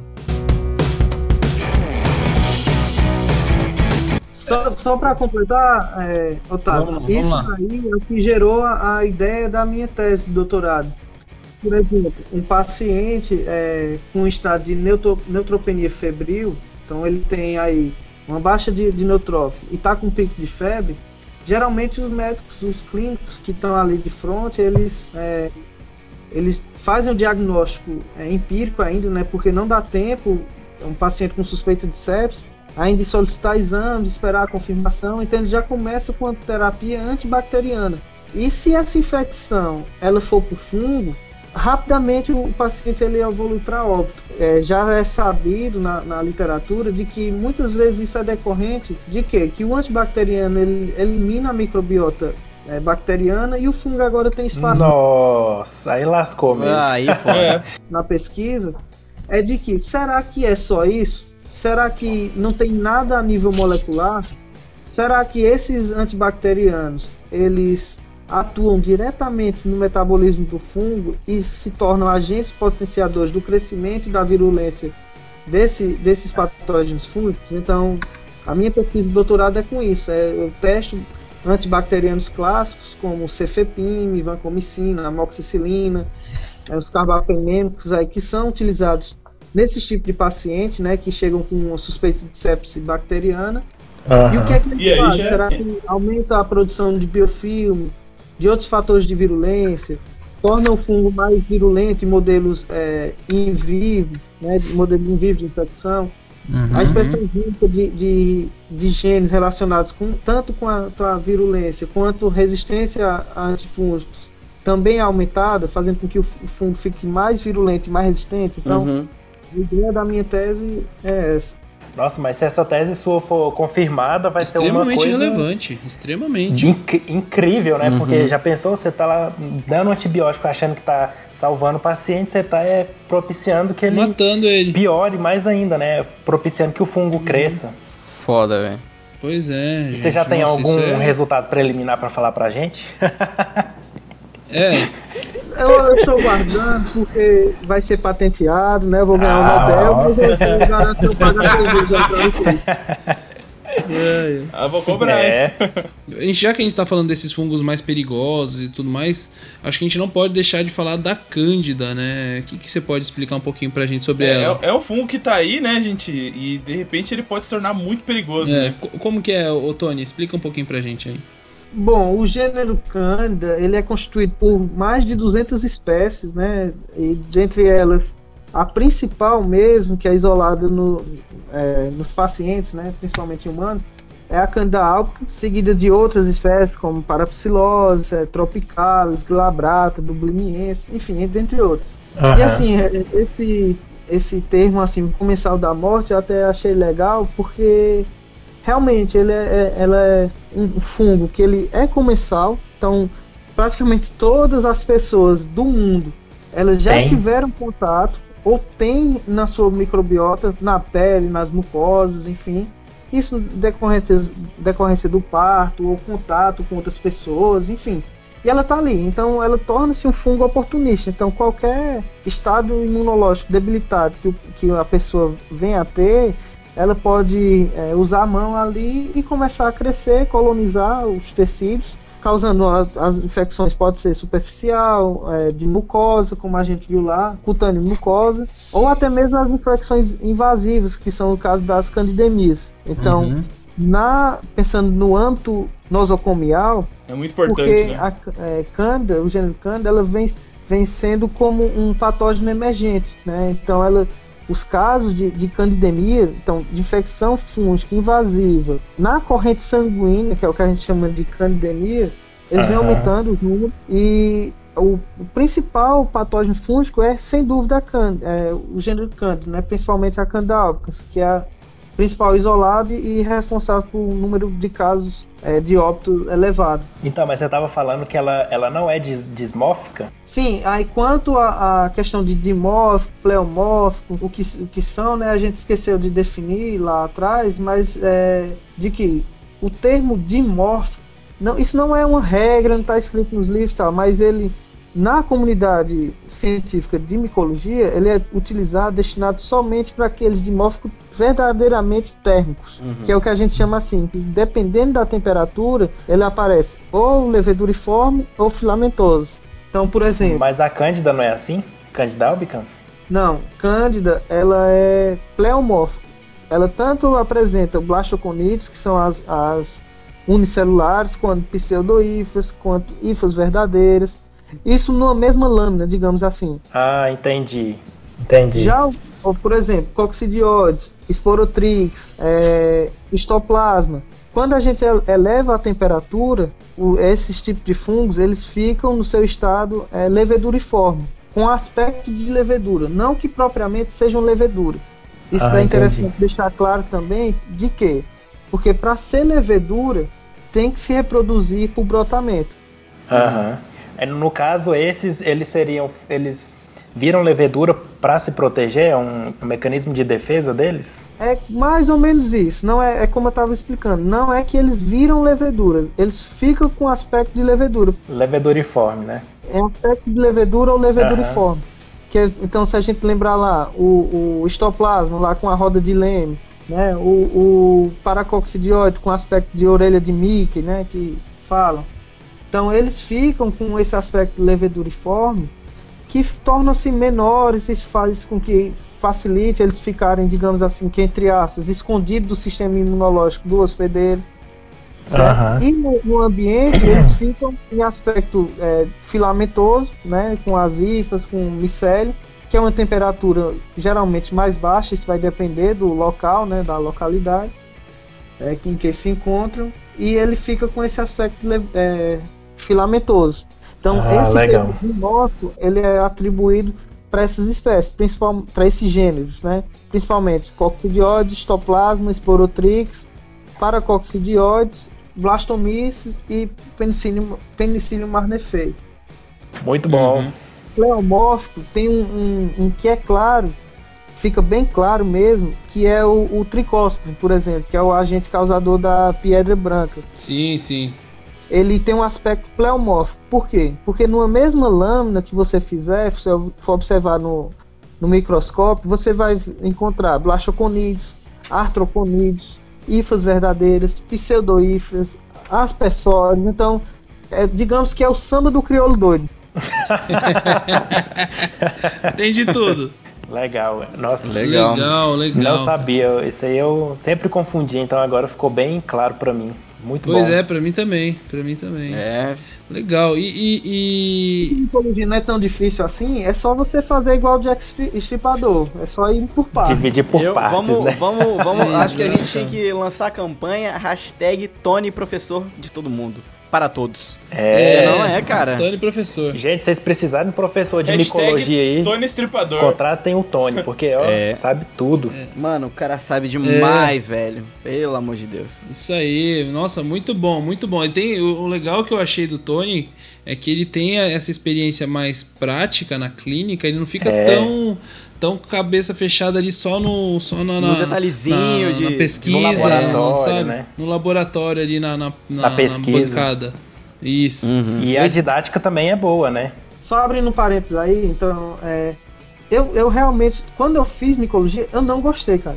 Só para completar, Otávio, vamos isso lá. aí é o que gerou a ideia da minha tese de doutorado. Por exemplo, um paciente com um estado de neutropenia febril, então ele tem aí uma baixa de neutrófilo e está com pico de febre, geralmente os médicos, os clínicos que estão ali de frente, eles fazem o diagnóstico empírico ainda, né, porque não dá tempo, um paciente com suspeita de sepsis, ainda de solicitar exames, esperar a confirmação, então ele já começa com a terapia antibacteriana. E se essa infecção ela for por fungo, rapidamente o paciente ele evolui para óbito. Já é sabido na literatura de que muitas vezes isso é decorrente de quê? Que o antibacteriano ele elimina a microbiota bacteriana e o fungo agora tem espaço. Nossa, aí lascou mesmo. Aí foi. Na pesquisa, é de que, será que é só isso? Será que não tem nada a nível molecular? Será que esses antibacterianos, eles atuam diretamente no metabolismo do fungo e se tornam agentes potenciadores do crescimento e da virulência desses patógenos fúngicos? Então, a minha pesquisa de doutorado é com isso. Eu testo antibacterianos clássicos como cefepime, vancomicina, amoxicilina, os carbapenêmicos aí, que são utilizados nesses tipos de paciente, né, que chegam com uma suspeita de sepse bacteriana. E o que é que eles fazem? Será que aumenta a produção de biofilme, de outros fatores de virulência, torna o fungo mais virulento em modelos in vivo, né, modelos in vivo de infecção? A expressão química de genes relacionados tanto com a virulência quanto resistência a antifúngicos também é aumentada, fazendo com que o fungo fique mais virulento e mais resistente. Então, a ideia da minha tese é essa. Nossa, mas se essa tese sua for confirmada, vai ser uma coisa... relevante, extremamente. Incrível, né? Porque já pensou, você tá lá dando um antibiótico achando que tá salvando o paciente, você tá propiciando que ele... matando ele. Piore mais ainda, né? Propiciando que o fungo cresça. Foda, velho. Pois é, E você já tem algum resultado preliminar pra falar pra gente? Eu estou guardando porque vai ser patenteado, né? Eu vou ganhar o Nobel, mas eu garanto que eu pago a vou cobrar, Já que a gente tá falando desses fungos mais perigosos e tudo mais, acho que a gente não pode deixar de falar da Cândida, né? O que você pode explicar um pouquinho pra gente sobre ela? É um fungo que tá aí, né, gente? E de repente ele pode se tornar muito perigoso, né? Como que é, Tony? Explica um pouquinho pra gente aí. Bom, o gênero Cândida, ele é constituído por mais de 200 espécies, né? E dentre elas, a principal mesmo, que é isolada nos pacientes, né? Principalmente humanos, é a Cândida albicans, seguida de outras espécies como Parapsilose, Tropicalis, Glabrata, Dubliniense, enfim, dentre outros. E assim, esse termo assim, comensal da morte, eu até achei legal, porque realmente ela é um fungo que ele é comensal, então praticamente todas as pessoas do mundo elas já tiveram contato ou tem na sua microbiota, na pele, nas mucosas, enfim, isso decorrência do parto ou contato com outras pessoas, enfim, e ela está ali, então ela torna-se um fungo oportunista. Então qualquer estado imunológico debilitado que a pessoa venha a ter, ela pode usar a mão ali e começar a crescer, colonizar os tecidos, causando as infecções. Pode ser superficial, de mucosa, como a gente viu lá, cutânea mucosa, ou até mesmo as infecções invasivas, que são o caso das candidemias. Então, pensando no âmbito nosocomial, é muito importante, porque a Cândida, o gênero Cândida, ela vem sendo como um patógeno emergente, né? Então os casos de candidemia, então de infecção fúngica invasiva na corrente sanguínea, que é o que a gente chama de candidemia, eles vêm aumentando os números, e o principal patógeno fúngico é, sem dúvida, o gênero Cândida, né? Principalmente a Cândida albicans, que é a principal isolada e responsável por um número de casos de óbito elevado. Então, mas você estava falando que ela não é dismórfica? Sim, aí quanto a questão de dimórfico, pleomórfico, o que são, né, a gente esqueceu de definir lá atrás, mas de que o termo dimórfico, isso não é uma regra, não está escrito nos livros, tal, mas ele, na comunidade científica de micologia, ele é utilizado, destinado somente para aqueles dimórficos verdadeiramente térmicos, que é o que a gente chama assim, que dependendo da temperatura, ele aparece ou leveduriforme ou filamentoso. Então, por exemplo... Mas a Cândida não é assim? Cândida albicans? Não, Cândida, ela é pleomórfica. Ela tanto apresenta blastoconites, que são as unicelulares, quanto pseudoífas, quanto hifas verdadeiras. Isso numa mesma lâmina, digamos assim. Ah, entendi. Já, por exemplo, coccidioides, esporotrix, histoplasma. Quando a gente eleva a temperatura, esses tipos de fungos, eles ficam no seu estado leveduriforme, com aspecto de levedura, não que propriamente sejam levedura. Isso é interessante deixar claro também, de quê? Porque para ser levedura, tem que se reproduzir por brotamento. No caso, eles viram levedura para se proteger? É um mecanismo de defesa deles? É mais ou menos isso. Não é como eu estava explicando. Não é que eles viram levedura. Eles ficam com aspecto de levedura. Leveduriforme, né? É aspecto de levedura ou leveduriforme. Então, se a gente lembrar lá, o histoplasma lá com a roda de Leme, né? O paracoccidioide com aspecto de orelha de Mickey, né? Que falam. Então, eles ficam com esse aspecto leveduriforme, que tornam-se menores, isso faz com que facilite eles ficarem, digamos assim, que entre aspas, escondidos do sistema imunológico do hospedeiro. E no ambiente eles ficam em aspecto filamentoso, né, com as hifas, com micélio, que é uma temperatura geralmente mais baixa, isso vai depender do local, né, da localidade em que se encontram, e ele fica com esse aspecto filamentoso. Então, esse termo dimórfico, ele é atribuído para essas espécies, principalmente para esses gêneros, né? Principalmente coccidioides, histoplasma, esporotrix, paracoccidioides, blastomyces e Penicillium marneferi. Muito bom. Pleomórfico tem um que é claro, fica bem claro mesmo, que é o tricósporo, por exemplo, que é o agente causador da pedra branca. Sim. Ele tem um aspecto pleomórfico. Por quê? Porque numa mesma lâmina que você fizer, se você for observar no microscópio, você vai encontrar blastoconídeos, artroconídeos, hifas verdadeiras, pseudohifas, aspersórios. Então, digamos que é o samba do crioulo doido. Tem de tudo. Legal. Nossa, legal. Não sabia. Isso aí eu sempre confundi, então agora ficou bem claro pra mim. Muito bom. Pois é, pra mim também. É. Legal. E... Micologia não é tão difícil assim, é só você fazer igual o Jack Stripador. É só ir por partes. Dividir por partes, né? Vamos, acho que a gente tinha que lançar a campanha #Tony Professor de todo mundo. Para todos. Não é, cara. Tony Professor. Gente, vocês precisarem de um professor de micologia aí, Tony Estripador. contratem o Tony, porque sabe tudo. Mano, o cara sabe demais, velho. Pelo amor de Deus. Isso aí, nossa, muito bom, muito bom. E tem, o legal que eu achei do Tony é que ele tem essa experiência mais prática na clínica, ele não fica tão cabeça fechada ali só no detalhezinho na pesquisa, no laboratório, sabe? né? No laboratório ali na pesquisa. bancada. Isso. E a didática também é boa, né? Só abrindo um parênteses aí, então, eu realmente, quando eu fiz micologia, eu não gostei, cara.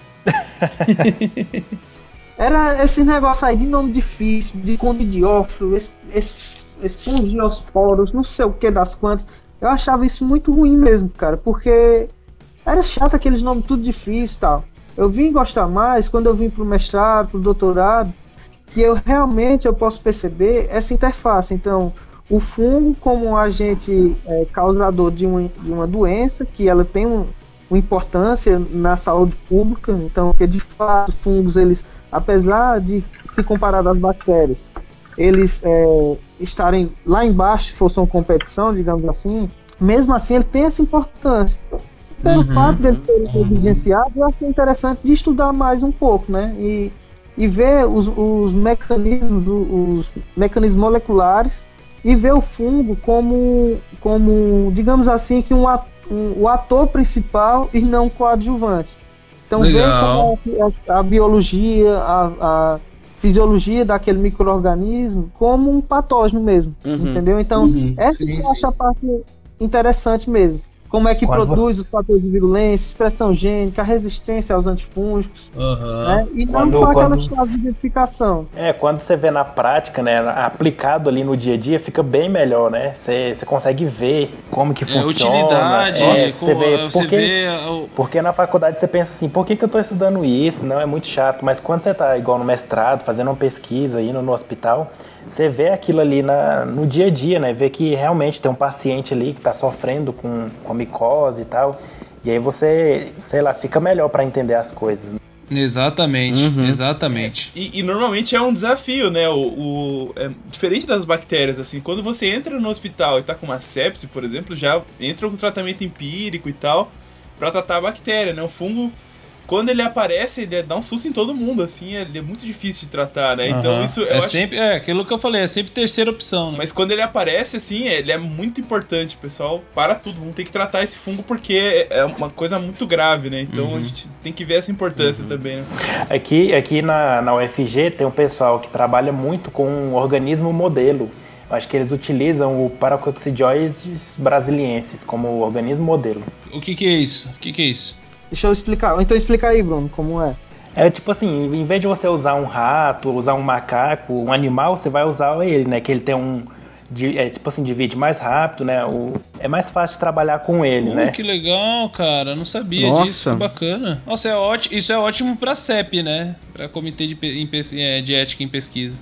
Era esse negócio aí de nome difícil, de condidiófilo, espongiosporos, não sei o que das quantas. Eu achava isso muito ruim mesmo, cara, porque era chato aqueles nomes tudo difíceis e tal. Eu vim gostar mais quando eu vim pro mestrado, pro doutorado, que eu posso perceber essa interface. Então, o fungo como um agente causador de uma doença, que ela tem uma importância na saúde pública, então, que de fato os fungos, eles, apesar de se comparar das bactérias, eles estarem lá embaixo se fosse uma competição, digamos assim, mesmo assim ele tem essa importância. Pelo fato dele ter negligenciado, eu acho interessante de estudar mais um pouco, né? E ver os mecanismos moleculares e ver o fungo como digamos assim, que o ator principal e não coadjuvante. Então ver como a biologia, a fisiologia daquele micro-organismo como um patógeno mesmo, entendeu? Então, essa eu acho a parte interessante mesmo. Como é que produz os fatores de virulência, expressão gênica, a resistência aos antifúngicos, né? E não só aquelas chaves de identificação. Quando você vê na prática, né, aplicado ali no dia a dia, fica bem melhor, né? Você consegue ver como que funciona. Utilidade, porque na faculdade você pensa assim, por que eu estou estudando isso? Não, é muito chato. Mas quando você está igual no mestrado, fazendo uma pesquisa, indo no hospital, você vê aquilo ali no dia a dia, né? Vê que realmente tem um paciente ali que está sofrendo com micose e tal. E aí você, sei lá, fica melhor para entender as coisas. Exatamente. E normalmente é um desafio, né? Diferente das bactérias, assim, quando você entra no hospital e tá com uma sepse, por exemplo, já entra com tratamento empírico e tal, para tratar a bactéria, né? O fungo, quando ele aparece, ele dá um susto em todo mundo, assim, ele é muito difícil de tratar, né? Então isso eu acho... sempre, aquilo que eu falei, é sempre terceira opção, né? Mas quando ele aparece, assim, ele é muito importante, pessoal, para tudo, vamos ter que tratar esse fungo porque é uma coisa muito grave, né? Então a gente tem que ver essa importância também, né? Aqui na UFG tem um pessoal que trabalha muito com um organismo modelo. Eu acho que eles utilizam o Paracoccidioides brasiliensis como organismo modelo. O que é isso? Deixa eu explicar. Então explica aí, Bruno, como é. É tipo assim, em vez de você usar um rato, usar um macaco, um animal, você vai usar ele, né? Que ele tem tipo assim, divide mais rápido, né? É mais fácil de trabalhar com ele, né? Que legal, cara. Eu não sabia disso. Que bacana. Nossa, isso é ótimo pra CEP, né? Pra Comitê de Ética em Pesquisa.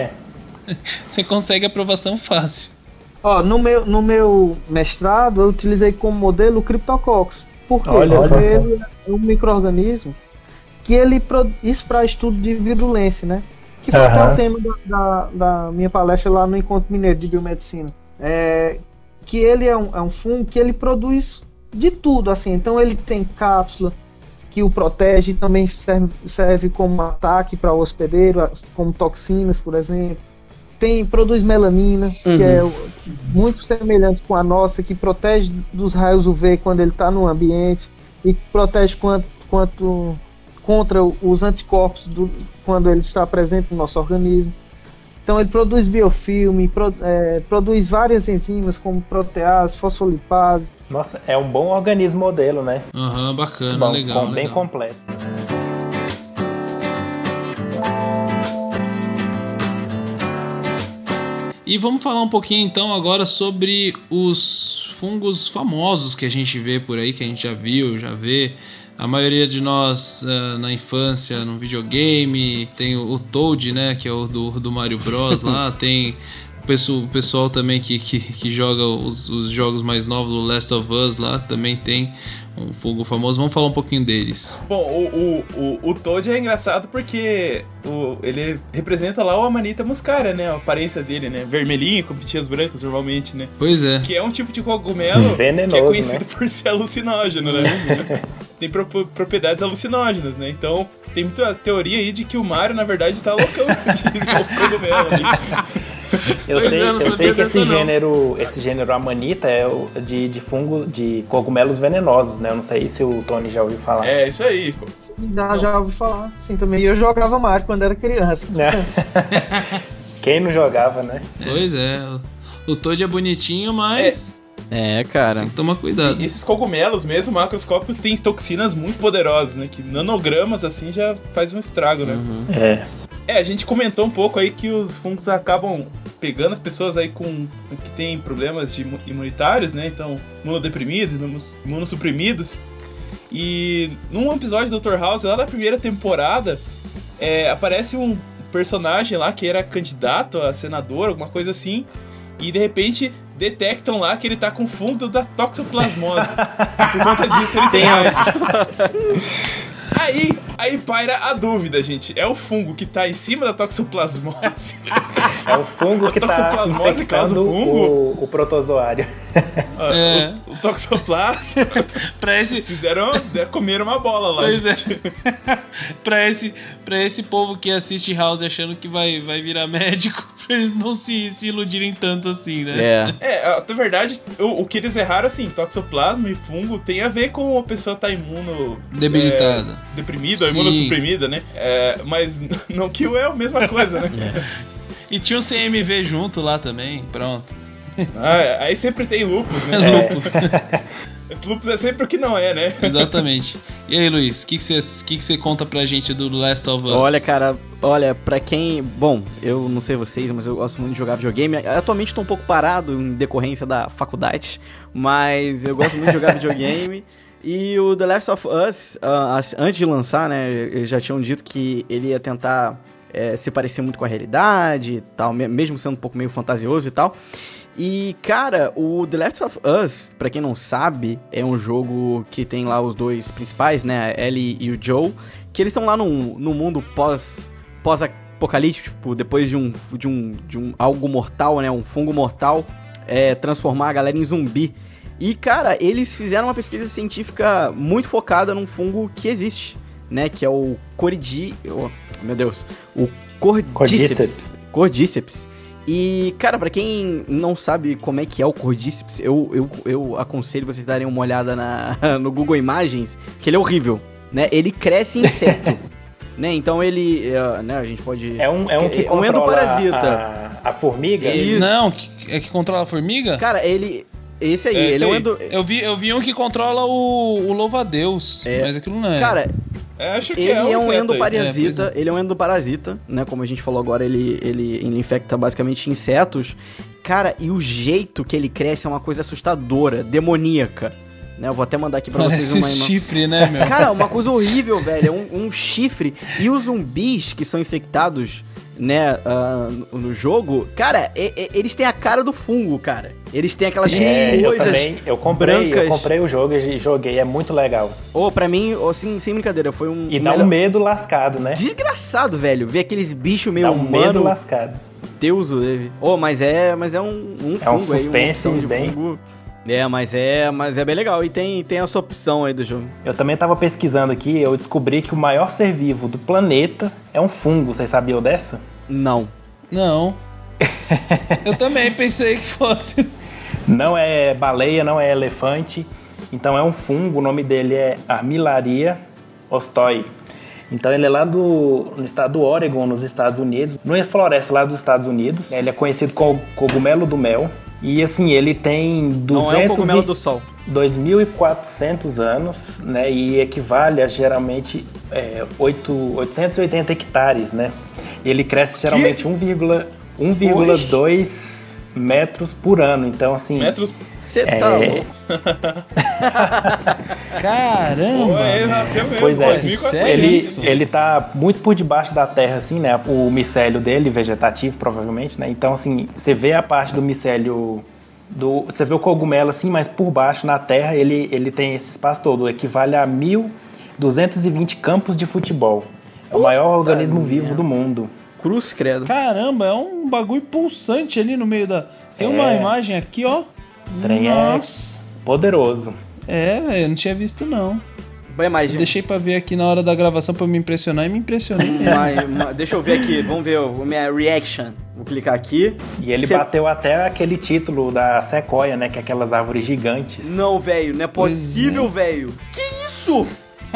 Você consegue aprovação fácil. No meu mestrado, eu utilizei como modelo o Cryptococcus. Por quê? Porque ele é um micro-organismo que ele isso para estudo de virulência, né? Que foi até o tema da minha palestra lá no Encontro Mineiro de Biomedicina. Que ele é um fungo que ele produz de tudo, assim. Então ele tem cápsula que o protege, também serve como ataque para o hospedeiro, como toxinas, por exemplo. Produz melanina, que é muito semelhante com a nossa, que protege dos raios UV quando ele está no ambiente e protege contra os anticorpos quando ele está presente no nosso organismo. Então ele produz biofilme, produz várias enzimas como protease, fosfolipase. Nossa, é um bom organismo modelo, né? Bacana, bom, legal. Bem completo. E vamos falar um pouquinho então agora sobre os fungos famosos que a gente vê por aí, que a gente já viu, já vê. A maioria de nós na infância, no videogame, tem o Toad, né, que é o do Mario Bros lá, tem o pessoal também que joga os jogos mais novos, o Last of Us lá, também tem um fungo famoso. Vamos falar um pouquinho deles. Bom, o Toad é engraçado porque ele representa lá o Amanita muscaria, né? A aparência dele, né? Vermelhinho, com pintinhas brancas normalmente, né? Pois é. Que é um tipo de cogumelo venenoso, que é conhecido, né, por ser alucinógeno, né? Tem propriedades alucinógenas, né? Então tem muita teoria aí de que o Mario, na verdade, está loucão de cogumelo ali. Eu sei que esse gênero Amanita é de fungo, de cogumelos venenosos, né? Eu não sei se o Tony já ouviu falar. É, isso aí, pô. Já ouvi falar, sim, também. E eu jogava Mario quando era criança. Quem não jogava, né? Pois é. O Toad é bonitinho, mas... cara. Tem que tomar cuidado. E esses cogumelos mesmo, macroscópio, tem toxinas muito poderosas, né? Que nanogramas, assim, já faz um estrago, né? A gente comentou um pouco aí que os fungos acabam pegando as pessoas aí que tem problemas imunitários, né? Então, imunodeprimidos, imunossuprimidos. E num episódio do Dr. House, lá da primeira temporada, aparece um personagem lá que era candidato a senador, alguma coisa assim, e de repente detectam lá que ele tá com fungo da toxoplasmose. E por conta disso ele tem AIDS. Aí paira a dúvida, gente. É o fungo que tá em cima da toxoplasmose? É o fungo que tá infectando o protozoário. O toxoplasma. Comeram uma bola lá, pois gente. Pra esse povo que assiste House achando que vai virar médico, pra eles não se iludirem tanto assim, né? Na verdade, o que eles erraram, assim, toxoplasma e fungo tem a ver com a pessoa tá debilitada, deprimida, ou imunossuprimida, né? Mas não que é a mesma coisa, né? E tinha o CMV junto lá também, pronto. Aí sempre tem lupus, né? Lupus. Esse lupus é sempre o que não é, né? Exatamente. E aí, Luiz, o que você conta pra gente do Last of Us? Olha, cara, pra quem... Bom, eu não sei vocês, mas eu gosto muito de jogar videogame. Atualmente tô um pouco parado em decorrência da faculdade, mas eu gosto muito de jogar videogame. E o The Last of Us, antes de lançar, né, eles já tinham dito que ele ia tentar se parecer muito com a realidade e tal, mesmo sendo um pouco meio fantasioso e tal. E, cara, o The Last of Us, pra quem não sabe, é um jogo que tem lá os dois principais, né, a Ellie e o Joel, que eles estão lá no mundo pós-apocalíptico, tipo, depois de um algo mortal, né, um fungo mortal, transformar a galera em zumbi. E, cara, eles fizeram uma pesquisa científica muito focada num fungo que existe, né, que é o Cordyceps. E, cara, pra quem não sabe como é que é o Cordyceps, eu aconselho vocês darem uma olhada no Google Imagens, que ele é horrível, né? Ele cresce inseto, né? Então ele, né, a gente pode... É um que controla endoparasita. A formiga? Isso. Não, que controla a formiga? Cara, esse aí, ele é um Eu vi um que controla o louva-a-Deus, mas aquilo não é. Cara, acho que ele é um endoparasita, é. Ele é um endoparasita, né? Como a gente falou agora, ele infecta basicamente insetos. Cara, e o jeito que ele cresce é uma coisa assustadora, demoníaca. Né? Eu vou até mandar aqui pra vocês uma imagem. Chifre, né, meu? Cara, uma coisa horrível, velho. É um chifre. E os zumbis que são infectados, né, no jogo, cara, eles têm a cara do fungo, cara. Eles têm aquelas coisas eu comprei o jogo e joguei, é muito legal. Pra mim, assim, sem brincadeira, foi um... E dá um medo lascado, né? Desgraçado, velho, ver aqueles bichos meio humanos. Dá um medo lascado. Deus o livre. Mas é um fungo suspense aí, uma bem... fungo. Mas é bem legal. E tem essa opção aí do jogo. Eu também tava pesquisando aqui, eu descobri que o maior ser vivo do planeta é um fungo. Vocês sabiam dessa? Não. Eu também pensei que fosse. Não é baleia, não é elefante. Então é um fungo, o nome dele é Armillaria ostoi. Então ele é lá no estado do Oregon, nos Estados Unidos. Numa floresta lá dos Estados Unidos. Ele é conhecido como cogumelo do mel. E assim, ele tem 2.400 anos, né? E equivale a geralmente 880 hectares, né? Ele cresce geralmente 1,2 metros por ano. Então, assim... Metros... Você tá louco. Caramba! Ele nasceu mesmo, pois é, 2.400. ele tá muito por debaixo da terra, assim, né? O micélio dele, vegetativo, provavelmente, né? Então, assim, você vê a parte do micélio... Você vê o cogumelo, assim, mas por baixo, na terra, ele tem esse espaço todo. Equivale a 1.220 campos de futebol. É o maior organismo vivo do mundo. Cruz, credo. Caramba, é um bagulho pulsante ali no meio da... Tem uma imagem aqui, ó. O trem é poderoso. Eu não tinha visto, não. Mas, deixei pra ver aqui na hora da gravação pra me impressionar e me impressionei mesmo. Deixa eu ver aqui, vamos ver a minha reaction. Vou clicar aqui. E ele bateu até aquele título da Sequoia, né? Que é aquelas árvores gigantes. Não, velho, não é possível, velho. Que isso?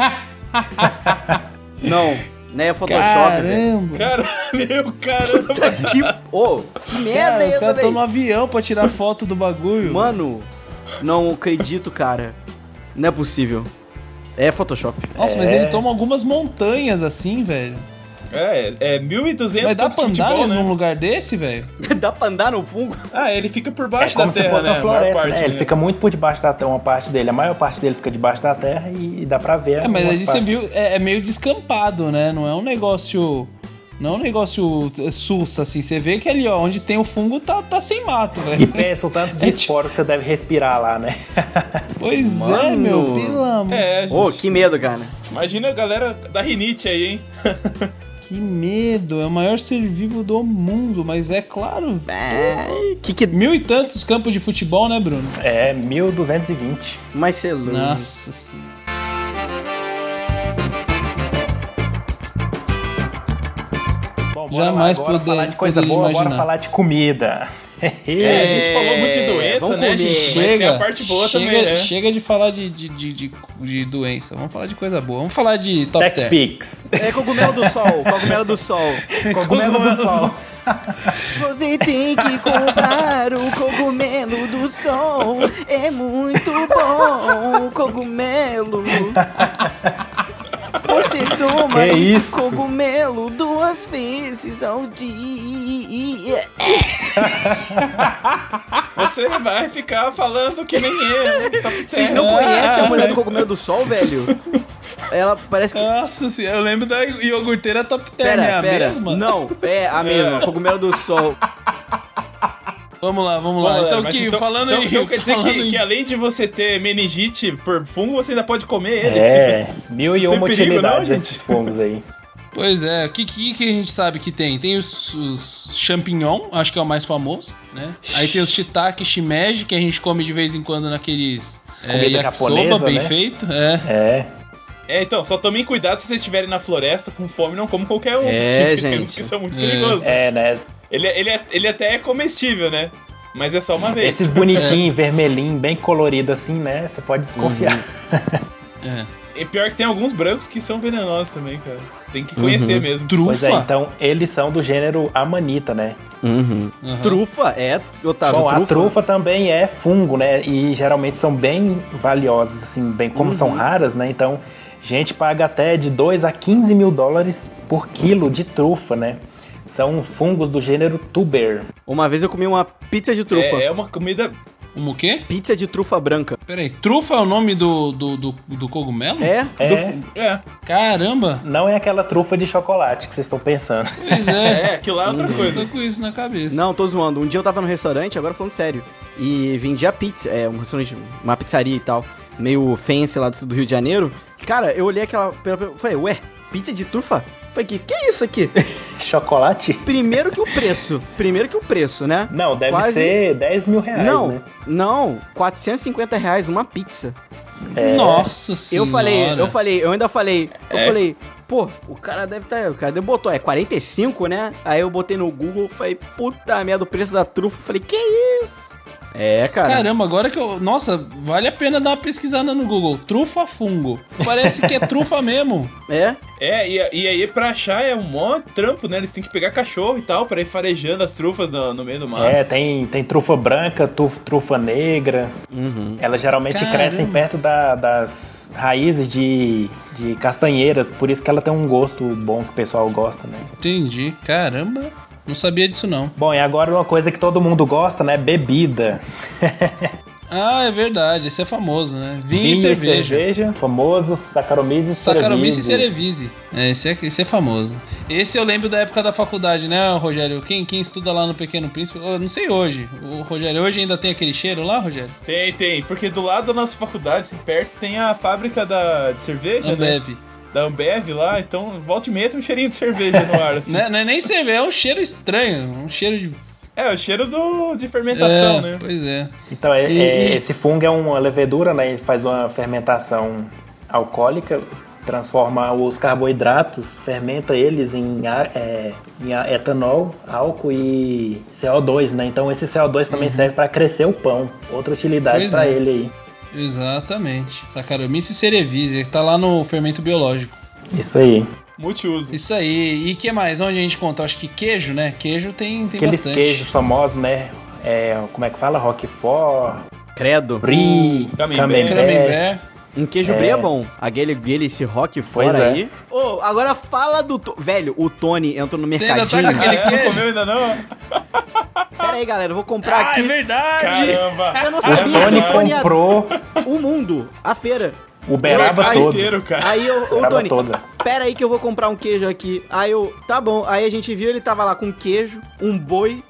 Não é Photoshop, velho. Caramba! Que merda é essa, Os caras velho? estão no avião pra tirar foto do bagulho. Mano, não acredito, cara. Não é possível. É Photoshop. Nossa, mas ele toma algumas montanhas assim, velho. É 1.200 Mas dá campos pra de andar futebol, né? num lugar desse, velho? Dá pra andar no fungo? Ele fica por baixo como da se terra, fosse né? uma floresta, A maior parte, né? Ele fica muito por debaixo da terra, uma parte dele. A maior parte dele fica debaixo da terra e dá pra ver. Mas aí partes. você viu, é meio descampado, né? Não é um negócio sussa, assim. Você vê que ali, ó, onde tem o fungo tá sem mato, velho. E pensa o tanto de esporo que você deve respirar lá, né? Pois é, meu, pelo amor. Gente. Que medo, cara. Imagina a galera da rinite aí, hein? Que medo, é o maior ser vivo do mundo, mas é claro. Mil e tantos campos de futebol, né, Bruno? 1.220. Mas você é louco. Nossa senhora. Bom, Jamais agora falar de coisa boa, imaginar. bora falar de comida. A gente falou muito de doença, né, gente? Mas tem a parte boa também, né? Chega de falar de doença. Vamos falar de coisa boa. Vamos falar de top 10. TechPix. Cogumelo do sol. Cogumelo do sol. Cogumelo do sol. Você tem que comprar o cogumelo do sol. É muito bom o cogumelo. Você toma esse cogumelo 2 vezes ao dia. Você vai ficar falando que nem eu. Vocês não conhecem a mulher do cogumelo do sol, velho? Ela parece que... Nossa senhora, eu lembro da iogurteira Top 10, é a mesma? Não, é a mesma, cogumelo do sol. Vamos lá. Então, falando aí... Então quer dizer que além de você ter meningite por fungo, você ainda pode comer ele? 1.001 utilidades desses fungos aí. Pois é, o que a gente sabe que tem? Tem os champignon, acho que é o mais famoso, né? Aí tem os shiitake, shimeji, que a gente come de vez em quando naqueles yakisoba bem feito. Então, só tomem cuidado se vocês estiverem na floresta com fome, não como qualquer um. Gente. Tem uns que são muito perigosos. Né? Ele até é comestível, né? Mas é só uma vez. Esses bonitinhos, vermelhinho, bem colorido assim, né? Você pode desconfiar. E pior que tem alguns brancos que são venenosos também, cara. Tem que conhecer mesmo. Trufa. Pois é, então eles são do gênero Amanita, né? Trufa Otávio, A trufa também é fungo, né? E geralmente são bem valiosas, assim, bem como são raras, né? Então, gente paga até de 2 a 15 mil dólares por quilo de trufa, né? São fungos do gênero tuber. Uma vez eu comi uma pizza de trufa. É uma comida... O quê? Pizza de trufa branca. Peraí, trufa é o nome do cogumelo? É? Caramba! Não é aquela trufa de chocolate que vocês estão pensando. Pois é. Aquilo lá é outra coisa. Tô com isso na cabeça. Não, tô zoando. Um dia eu tava no restaurante, agora falando sério, e vendia pizza, um restaurante, uma pizzaria e tal, meio fancy lá do Rio de Janeiro. Cara, eu olhei aquela... Falei, ué, pizza de trufa? trufa aqui. Que é isso aqui? Chocolate? Primeiro que o preço, né? Não, deve ser 10 mil reais, né? Não, 450 reais uma pizza. Nossa senhora. Eu ainda falei, pô, o cara deve estar... O cara botou, 45, né? Aí eu botei no Google, falei, puta merda, o preço da trufa. Falei, que isso? Cara. Caramba, agora que eu... Nossa, vale a pena dar uma pesquisada no Google. Trufa fungo. Parece que é trufa mesmo. E aí pra achar é um mó trampo, né? Eles têm que pegar cachorro e tal pra ir farejando as trufas no meio do mar. Tem trufa branca, trufa negra. Elas geralmente crescem perto das raízes de castanheiras, por isso que ela tem um gosto bom que o pessoal gosta, né? Entendi. Caramba. Não sabia disso, não. Bom, e agora uma coisa que todo mundo gosta, né? Bebida. É verdade. Esse é famoso, né? Vinho e cerveja. Famoso, Saccharomyces e Cerevisiae. Esse é famoso. Esse eu lembro da época da faculdade, né, Rogério? Quem estuda lá no Pequeno Príncipe, eu não sei hoje. O Rogério, hoje ainda tem aquele cheiro lá, Rogério? Tem. Porque do lado da nossa faculdade, assim, perto, tem a fábrica de cerveja, Ambev. Né? Da Ambev lá, então volta e meia tem um cheirinho de cerveja no ar, assim. Não é nem cerveja, é um cheiro estranho, um cheiro de... o cheiro de fermentação, né? Pois é. Então, esse fungo é uma levedura, né? Ele faz uma fermentação alcoólica, transforma os carboidratos, fermenta eles em etanol, álcool e CO2, né? Então esse CO2 também serve para crescer o pão. Outra utilidade para ele aí. Exatamente. Saccharomyces cerevisiae, que tá lá no fermento biológico. Isso aí. Multiuso. Isso aí. E que mais? Onde a gente encontra? Acho que queijo, né? Queijo tem aqueles bastante. Queijos famosos, né? Como é que fala? Roquefort. Credo. Brie. Camembert. Um queijo brie é bom. Esse Roquefort aí. Agora fala do... Velho, o Tony entrou no mercadinho. Você ainda tá com aquele queijo? Não comeu ainda não? Pera aí, galera, eu vou comprar aqui. É verdade! Caramba! Eu não sabia. O Tony comprou o mundo, a feira. O Uberaba todo. Inteiro, cara. Aí o Tony, pera aí que eu vou comprar um queijo aqui. Aí tá bom. Aí a gente viu, ele tava lá com queijo, um boi,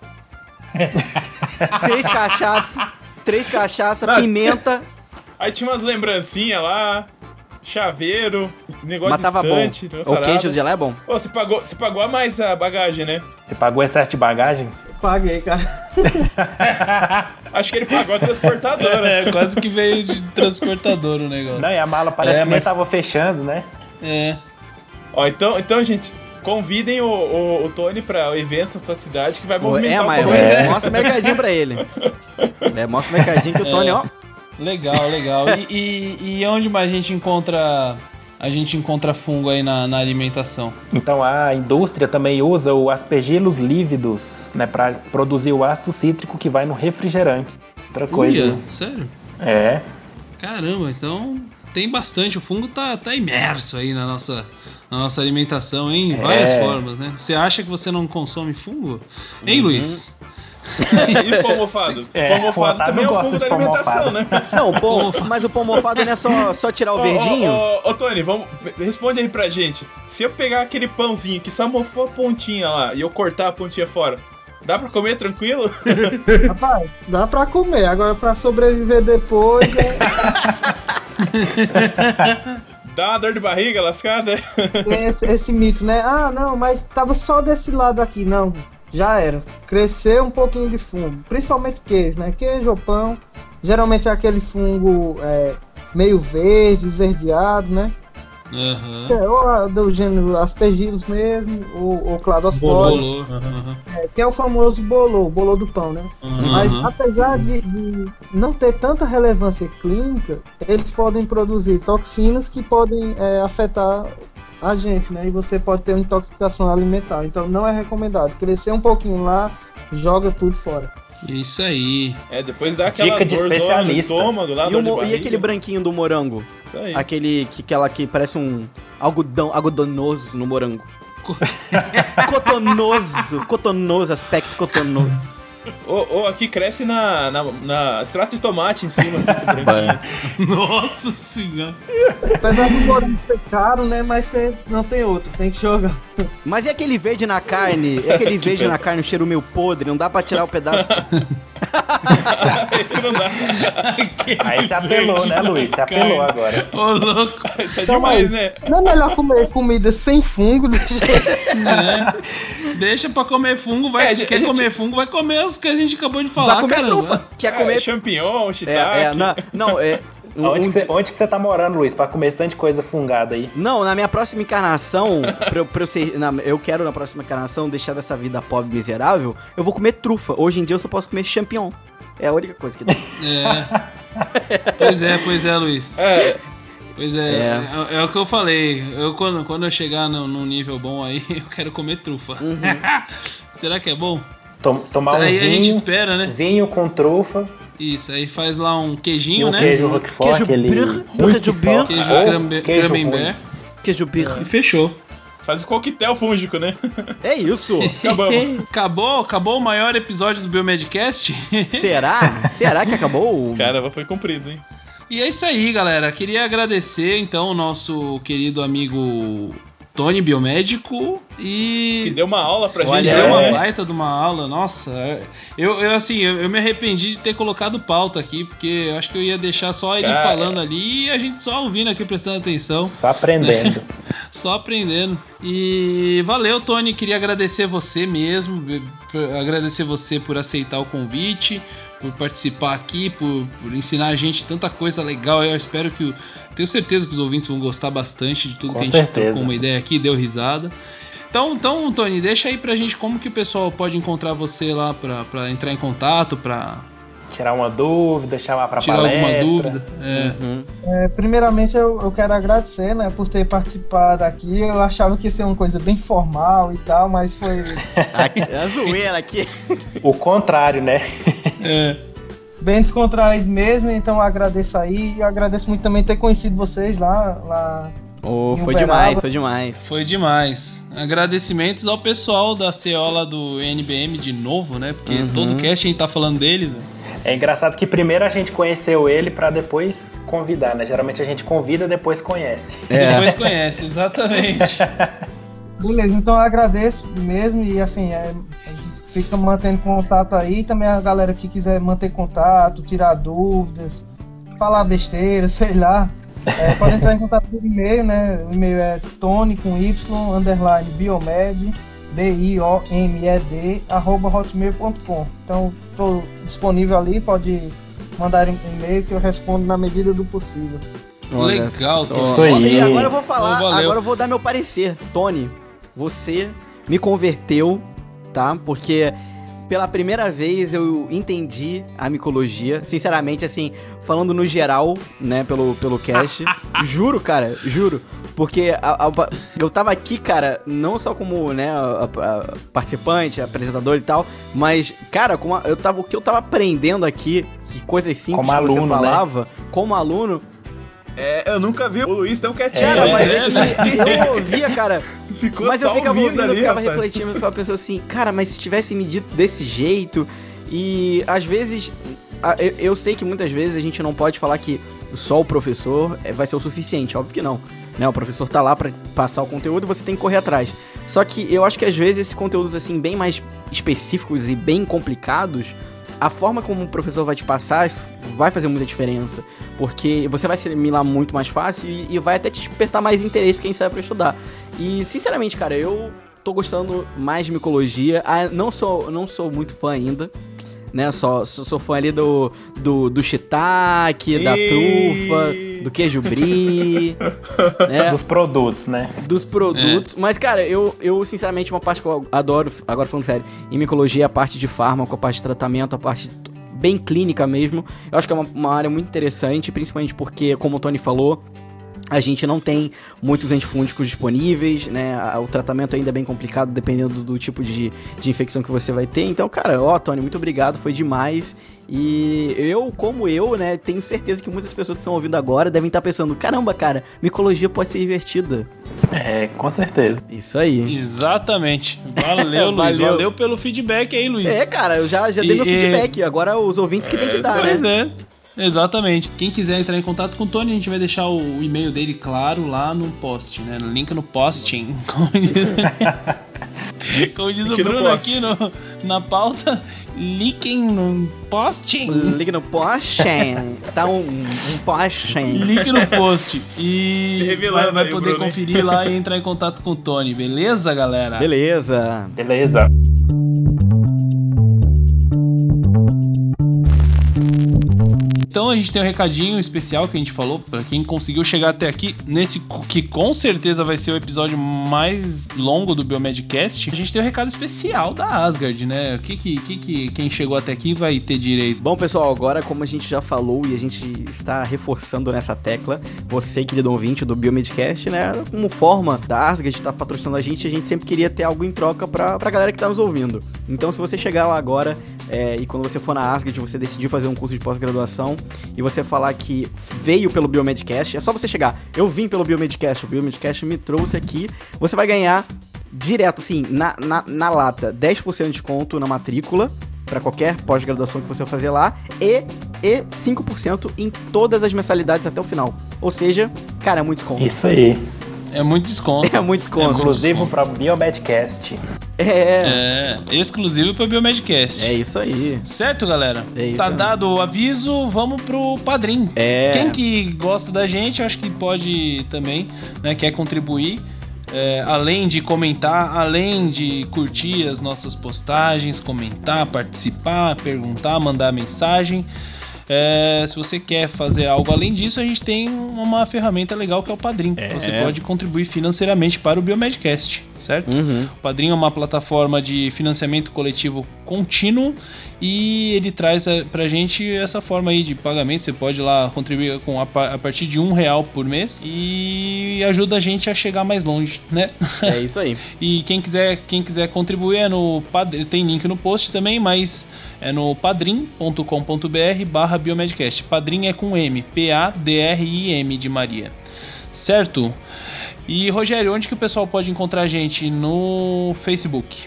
3 cachaça, pimenta. Aí tinha umas lembrancinhas lá, chaveiro, negócio mas tava distante. Bom. O queijo de lá é bom. Você pagou a mais a bagagem, né? Você pagou excesso de bagagem? Paguei, cara. Acho que ele pagou a transportadora. Quase que veio de transportador o negócio. Não, e a mala parece que nem tava fechando, né? Então, gente, convidem o Tony pra eventos na sua cidade que vai movimentar o comércio. Mostra o mercadinho pra ele. Mostra o mercadinho que o Tony, Legal. E onde mais a gente encontra fungo aí na alimentação? Então a indústria também usa o aspergillus lívidos, né, para produzir o ácido cítrico que vai no refrigerante. Outra coisa. Sério? Caramba, então tem bastante. O fungo tá imerso aí na nossa alimentação, hein? Em várias formas, né? Você acha que você não consome fungo? Hein, Luiz? E o pão mofado? Pão mofado também é um fungo da alimentação, né? Não, mas o pão mofado não é só tirar o verdinho? Ô, Tony, responde aí pra gente. Se eu pegar aquele pãozinho que só mofou a pontinha lá e eu cortar a pontinha fora, dá pra comer tranquilo? Rapaz, dá pra comer. Agora pra sobreviver depois Dá uma dor de barriga lascada? Tem esse mito, né? Não, mas tava só desse lado aqui. Não, já era. Cresceu um pouquinho de fungo. Principalmente queijo, né? Queijo ou pão. Geralmente é aquele fungo meio verde, esverdeado, né? Ou do gênero aspergillus mesmo, ou cladospora, que é o famoso bolô do pão, né? Mas apesar de não ter tanta relevância clínica, eles podem produzir toxinas que podem afetar a gente, né? E você pode ter uma intoxicação alimentar. Então não é recomendado. Crescer um pouquinho lá, joga tudo fora. Isso aí. Depois dá aquela dorzona no estômago lá, e aquele branquinho do morango? Isso aí. Aquele que parece um algodonoso no morango. Cotonoso, aspecto cotonoso. Aqui cresce na extrato de tomate em cima. Nossa senhora. Apesar do morango ser caro, né? Mas você não tem outro, tem que jogar. Mas e aquele verde na carne? E aquele verde na carne, o cheiro meio podre, não dá pra tirar o pedaço? Esse não dá. Aí você apelou, né, Luiz? Você apelou agora. Ô, louco. Tá Então, demais, mas né? não é melhor comer comida sem fungo? Deixa pra comer fungo, vai. Quer comer fungo, vai comer os que a gente acabou de falar, Vai comer caramba. trufa. Quer comer... Champignon, shiitake. Onde que você tá morando, Luiz, pra comer esse tanto de coisa fungada aí? Não, na minha próxima encarnação, eu quero na próxima encarnação deixar dessa vida pobre e miserável, eu vou comer trufa. Hoje em dia eu só posso comer champignon. É a única coisa que dá. Pois é, Luiz. Pois é o que eu falei. Eu quando eu chegar num nível bom aí, eu quero comer trufa. Uhum. Será que é bom? Tomar aí um vinho, a gente espera, né? Vinho com trufa. Isso, aí faz lá um queijinho, né? Queijo Roquefort, queijo Camembert. Queijo birra. E fechou. Faz o coquetel fúngico, né? É isso. Acabamos. Acabou o maior episódio do Biomedcast? Será? Será que acabou? Caramba, foi comprido, hein? E é isso aí, galera. Queria agradecer, então, o nosso querido amigo Tony Biomédico e... Que deu uma aula pra Olha, gente. Deu uma baita de uma aula, nossa. Eu me arrependi de ter colocado pauta aqui, porque eu acho que eu ia deixar só ele falando ali e a gente só ouvindo aqui, prestando atenção. Só aprendendo. Só aprendendo. E valeu, Tony. Queria agradecer você mesmo, agradecer você por aceitar o convite, por participar aqui, por ensinar a gente tanta coisa legal. Eu espero que... Tenho certeza que os ouvintes vão gostar bastante de tudo que a gente trocou uma ideia aqui, deu risada. Então, Tony, deixa aí pra gente como que o pessoal pode encontrar você lá pra entrar em contato, pra... Tirar uma dúvida, chamar pra tirar palestra. Alguma dúvida. Primeiramente, eu quero agradecer, né, por ter participado aqui. Eu achava que ia ser uma coisa bem formal e tal, mas foi... A zoeira aqui. O contrário, né? Bem descontraído mesmo, então eu agradeço aí. E agradeço muito também ter conhecido vocês lá foi demais. Foi demais. Agradecimentos ao pessoal da Ceola do NBM de novo, né? Porque todo cast a gente tá falando deles, né? É engraçado que primeiro a gente conheceu ele pra depois convidar, né? Geralmente a gente convida e depois conhece. Depois conhece, exatamente. Beleza, então eu agradeço mesmo e assim, a gente fica mantendo contato aí. Também a galera que quiser manter contato, tirar dúvidas, falar besteira, sei lá, pode entrar em contato por e-mail, né? O e-mail é tony_biomed, BIOMED, @hotmail.com. Então, estou disponível ali, pode mandar e-mail que eu respondo na medida do possível. Legal, isso aí. E agora eu vou falar, Valeu. agora eu vou dar meu parecer. Tony, você me converteu, tá? Porque pela primeira vez eu entendi a micologia, sinceramente, assim, falando no geral, né, pelo cast. Juro, cara, juro. Porque eu tava aqui, cara, não só como, né, a participante, apresentador e tal, mas, cara, o que eu tava aprendendo aqui, que coisas simples como que você aluno, falava, né? Como aluno. Eu nunca vi o Luiz tão quietinho. Cara, mas eu ouvia, cara. Ficou mas só eu ficava ouvindo, ali, eu ficava rapaz. refletindo, eu ficava pensando assim, cara, mas se tivesse me dito desse jeito, e às vezes, eu sei que muitas vezes a gente não pode falar que só o professor vai ser o suficiente, óbvio que não, né? O professor tá lá pra passar o conteúdo e você tem que correr atrás. Só que eu acho que às vezes esses conteúdos assim, bem mais específicos e bem complicados, a forma como o professor vai te passar isso vai fazer muita diferença, porque você vai assimilar muito mais fácil e vai até te despertar mais interesse quem sabe pra estudar. E, sinceramente, cara, eu tô gostando mais de micologia. Não sou muito fã ainda, né? Sou fã ali do shiitake, da trufa, do queijo brie, né? Dos produtos, né? Dos produtos. Mas, cara, eu sinceramente, uma parte que eu adoro, agora falando sério, em micologia, a parte de fármaco, a parte de tratamento, a parte bem clínica mesmo. Eu acho que é uma área muito interessante, principalmente porque, como o Tony falou, a gente não tem muitos antifúngicos disponíveis, né? O tratamento ainda é bem complicado, dependendo do tipo de infecção que você vai ter. Então, cara, Tony, muito obrigado, foi demais. E né, tenho certeza que muitas pessoas que estão ouvindo agora devem estar pensando, caramba, cara, micologia pode ser divertida. Com certeza. Isso aí. Exatamente. Valeu, Luiz. Valeu pelo feedback aí, Luiz. Cara, eu já dei meu feedback. Agora os ouvintes que tem que dar, né? Exatamente. Quem quiser entrar em contato com o Tony, a gente vai deixar o e-mail dele, claro, lá no post, né? Link no posting. Como diz o Bruno aqui na pauta, liquem no post. Ligue no post. Tá um post. Link no post. E Se revelando vai aí, poder Bruno, conferir lá e entrar em contato com o Tony. Beleza, galera? Beleza. Então a gente tem um recadinho especial que a gente falou pra quem conseguiu chegar até aqui nesse que com certeza vai ser o episódio mais longo do Biomedcast. A gente tem um recado especial da Asgard, né? O que quem chegou até aqui vai ter direito? Bom, pessoal, agora como a gente já falou e a gente está reforçando nessa tecla, você, querido ouvinte do Biomedcast, né, como forma da Asgard estar patrocinando a gente sempre queria ter algo em troca pra galera que tá nos ouvindo. Então, se você chegar lá agora e quando você for na Asgard, você decidir fazer um curso de pós-graduação e você falar que veio pelo Biomedcast, é só você chegar, eu vim pelo Biomedcast, o Biomedcast me trouxe aqui, você vai ganhar direto, assim, na lata, 10% de desconto na matrícula, para qualquer pós-graduação que você fazer lá, e 5% em todas as mensalidades até o final. Ou seja, cara, é muito desconto. Isso aí. É muito desconto. É muito desconto. Exclusivo para Biomedcast. Exclusivo para Biomedcast. É isso aí. Certo, galera? É isso tá aí. dado o aviso, vamos pro Padrim. Quem que gosta da gente, acho que pode também, né, quer contribuir. Além de comentar, além de curtir as nossas postagens, comentar, participar, perguntar, mandar mensagem. Se você quer fazer algo além disso, a gente tem uma ferramenta legal que é o Padrim. Você pode contribuir financeiramente para o Biomedcast, certo? O Padrim é uma plataforma de financiamento coletivo contínuo e ele traz pra gente essa forma aí de pagamento. Você pode lá contribuir a partir de R$1 por mês e ajuda a gente a chegar mais longe, né? É isso aí. E quem quiser contribuir é no Padrim, tem link no post também, mas é no padrim.com.br/biomedcast. Padrim é com M, Padrim de Maria. Certo? E Rogério, onde que o pessoal pode encontrar a gente? No Facebook.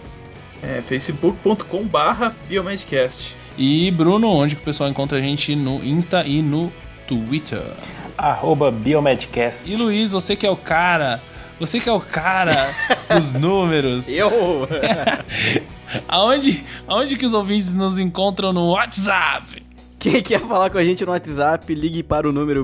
facebook.com/biomedcast. E Bruno, onde que o pessoal encontra a gente? No Insta e no Twitter. @biomedcast. E Luiz, você que é o cara dos números. Eu! Aonde que os ouvintes nos encontram no WhatsApp? Quem quer falar com a gente no WhatsApp, ligue para o número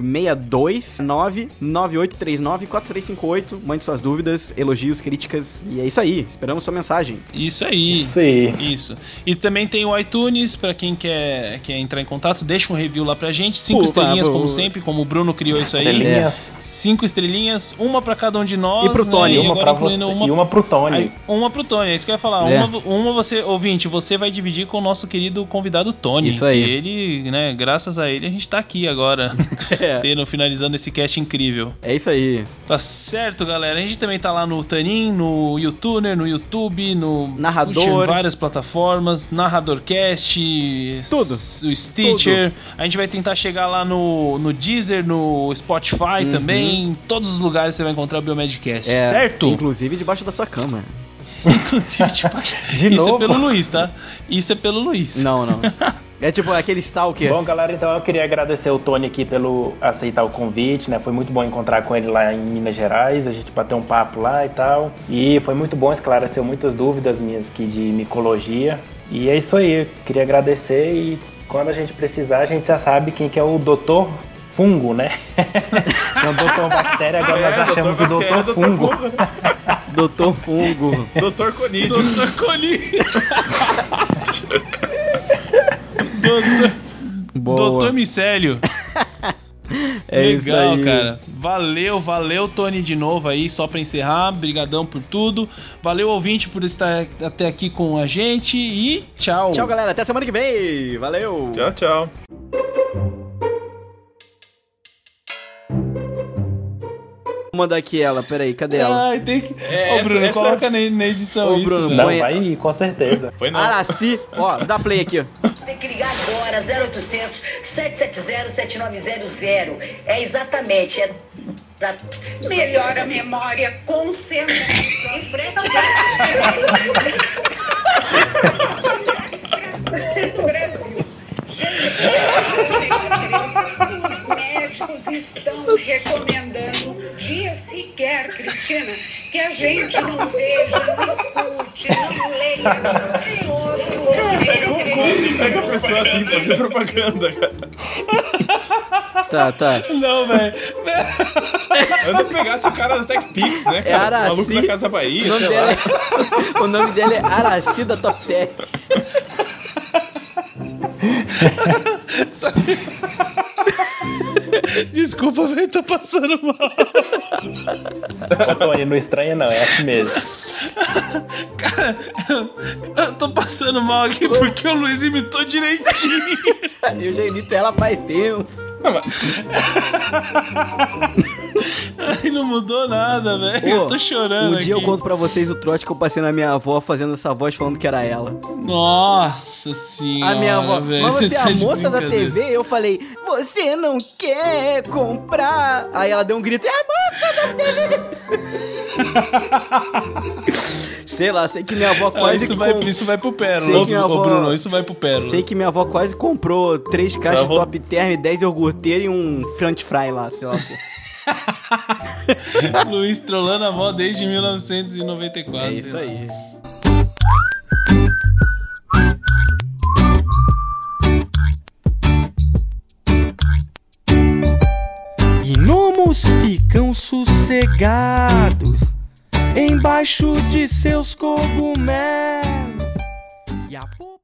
629-9839-4358. Mande suas dúvidas, elogios, críticas. E é isso aí. Esperamos sua mensagem. Isso aí. Isso aí. Isso. E também tem o iTunes, pra quem quer entrar em contato. Deixa um review lá pra gente. 5 estrelinhas, como sempre, como o Bruno criou isso aí. 5 estrelinhas, uma pra cada um de nós. E pro Tony. Né? Uma pra você. E uma pro Tony. Aí, uma pro Tony, é isso que eu ia falar. Uma você, ouvinte, você vai dividir com o nosso querido convidado Tony. Isso aí. Ele, né, graças a ele, a gente tá aqui agora, finalizando esse cast incrível. É isso aí. Tá certo, galera. A gente também tá lá no Tanin, no YouTuner, no YouTube, no Narrador, várias plataformas, Narradorcast, tudo. O Stitcher. Tudo. A gente vai tentar chegar lá no Deezer, no Spotify também. Em todos os lugares você vai encontrar o Biomedcast, certo? Inclusive debaixo da sua cama. De novo? Isso é pelo Luiz, tá? Isso é pelo Luiz. Não. É tipo aquele stalker. Bom, galera, então eu queria agradecer o Tony aqui pelo aceitar o convite, né? Foi muito bom encontrar com ele lá em Minas Gerais, a gente bateu um papo lá e tal. E foi muito bom, esclareceu muitas dúvidas minhas aqui de micologia. E é isso aí, eu queria agradecer e quando a gente precisar, a gente já sabe quem que é o Dr. Fungo, né? Então, Dr. Bactéria, agora nós achamos o Dr. Fungo. Dr. Fungo. Dr. Conídeo. Dr. Conídeo. Dr. Micélio. Legal, cara. Valeu, Tony, de novo aí, só pra encerrar. Brigadão por tudo. Valeu, ouvinte, por estar até aqui com a gente e tchau. Tchau, galera. Até semana que vem. Valeu. Tchau. Vou mandar aqui ela, peraí, cadê ela? Ai, tem que... Ô, Bruno, coloca na edição Ô, isso. Bruno, Não, vai, com certeza. Foi não. Araci, ó, dá play aqui, ó. Tem que ligar agora, 0800 770 7900. É exatamente, melhora a memória, concentração, frete grátis para todo o Brasil. Gente, os médicos estão recomendando dia sequer, Cristina, que a gente não veja, não escute, não leia Como pega a pessoa assim, fazer propaganda, cara? Tá. Não, velho. Anda pegasse o cara da TechPix, né, cara? Araci. O maluco da Casa Bahia, sei lá. O nome dele é Araci da Top Tech. Desculpa, velho, tô passando mal. Ô, Tony, não estranha não, é assim mesmo. Cara, eu tô passando mal aqui porque o Luiz imitou direitinho. Eu já imito ela faz tempo. Ai, não mudou nada, velho. Eu tô chorando Um dia aqui. eu conto pra vocês o trote que eu passei na minha avó fazendo essa voz falando que era ela. Nossa senhora, A minha avó, velho, mas você é tá a de moça da brincadeira. TV? Eu falei, você não quer comprar? Aí ela deu um grito, é a moça da TV! Sei lá, sei que minha avó quase... Isso vai pro Pérola, Sei que minha avó- Bruno, isso vai pro Pérola. Sei que minha avó quase comprou 3 caixas de Top Term, 10 iogurteiros e um French fry lá, sei lá o quê. Luiz trolando a avó desde 1994. É isso aí. Gnomos ficam sossegados embaixo de seus cogumelos. E a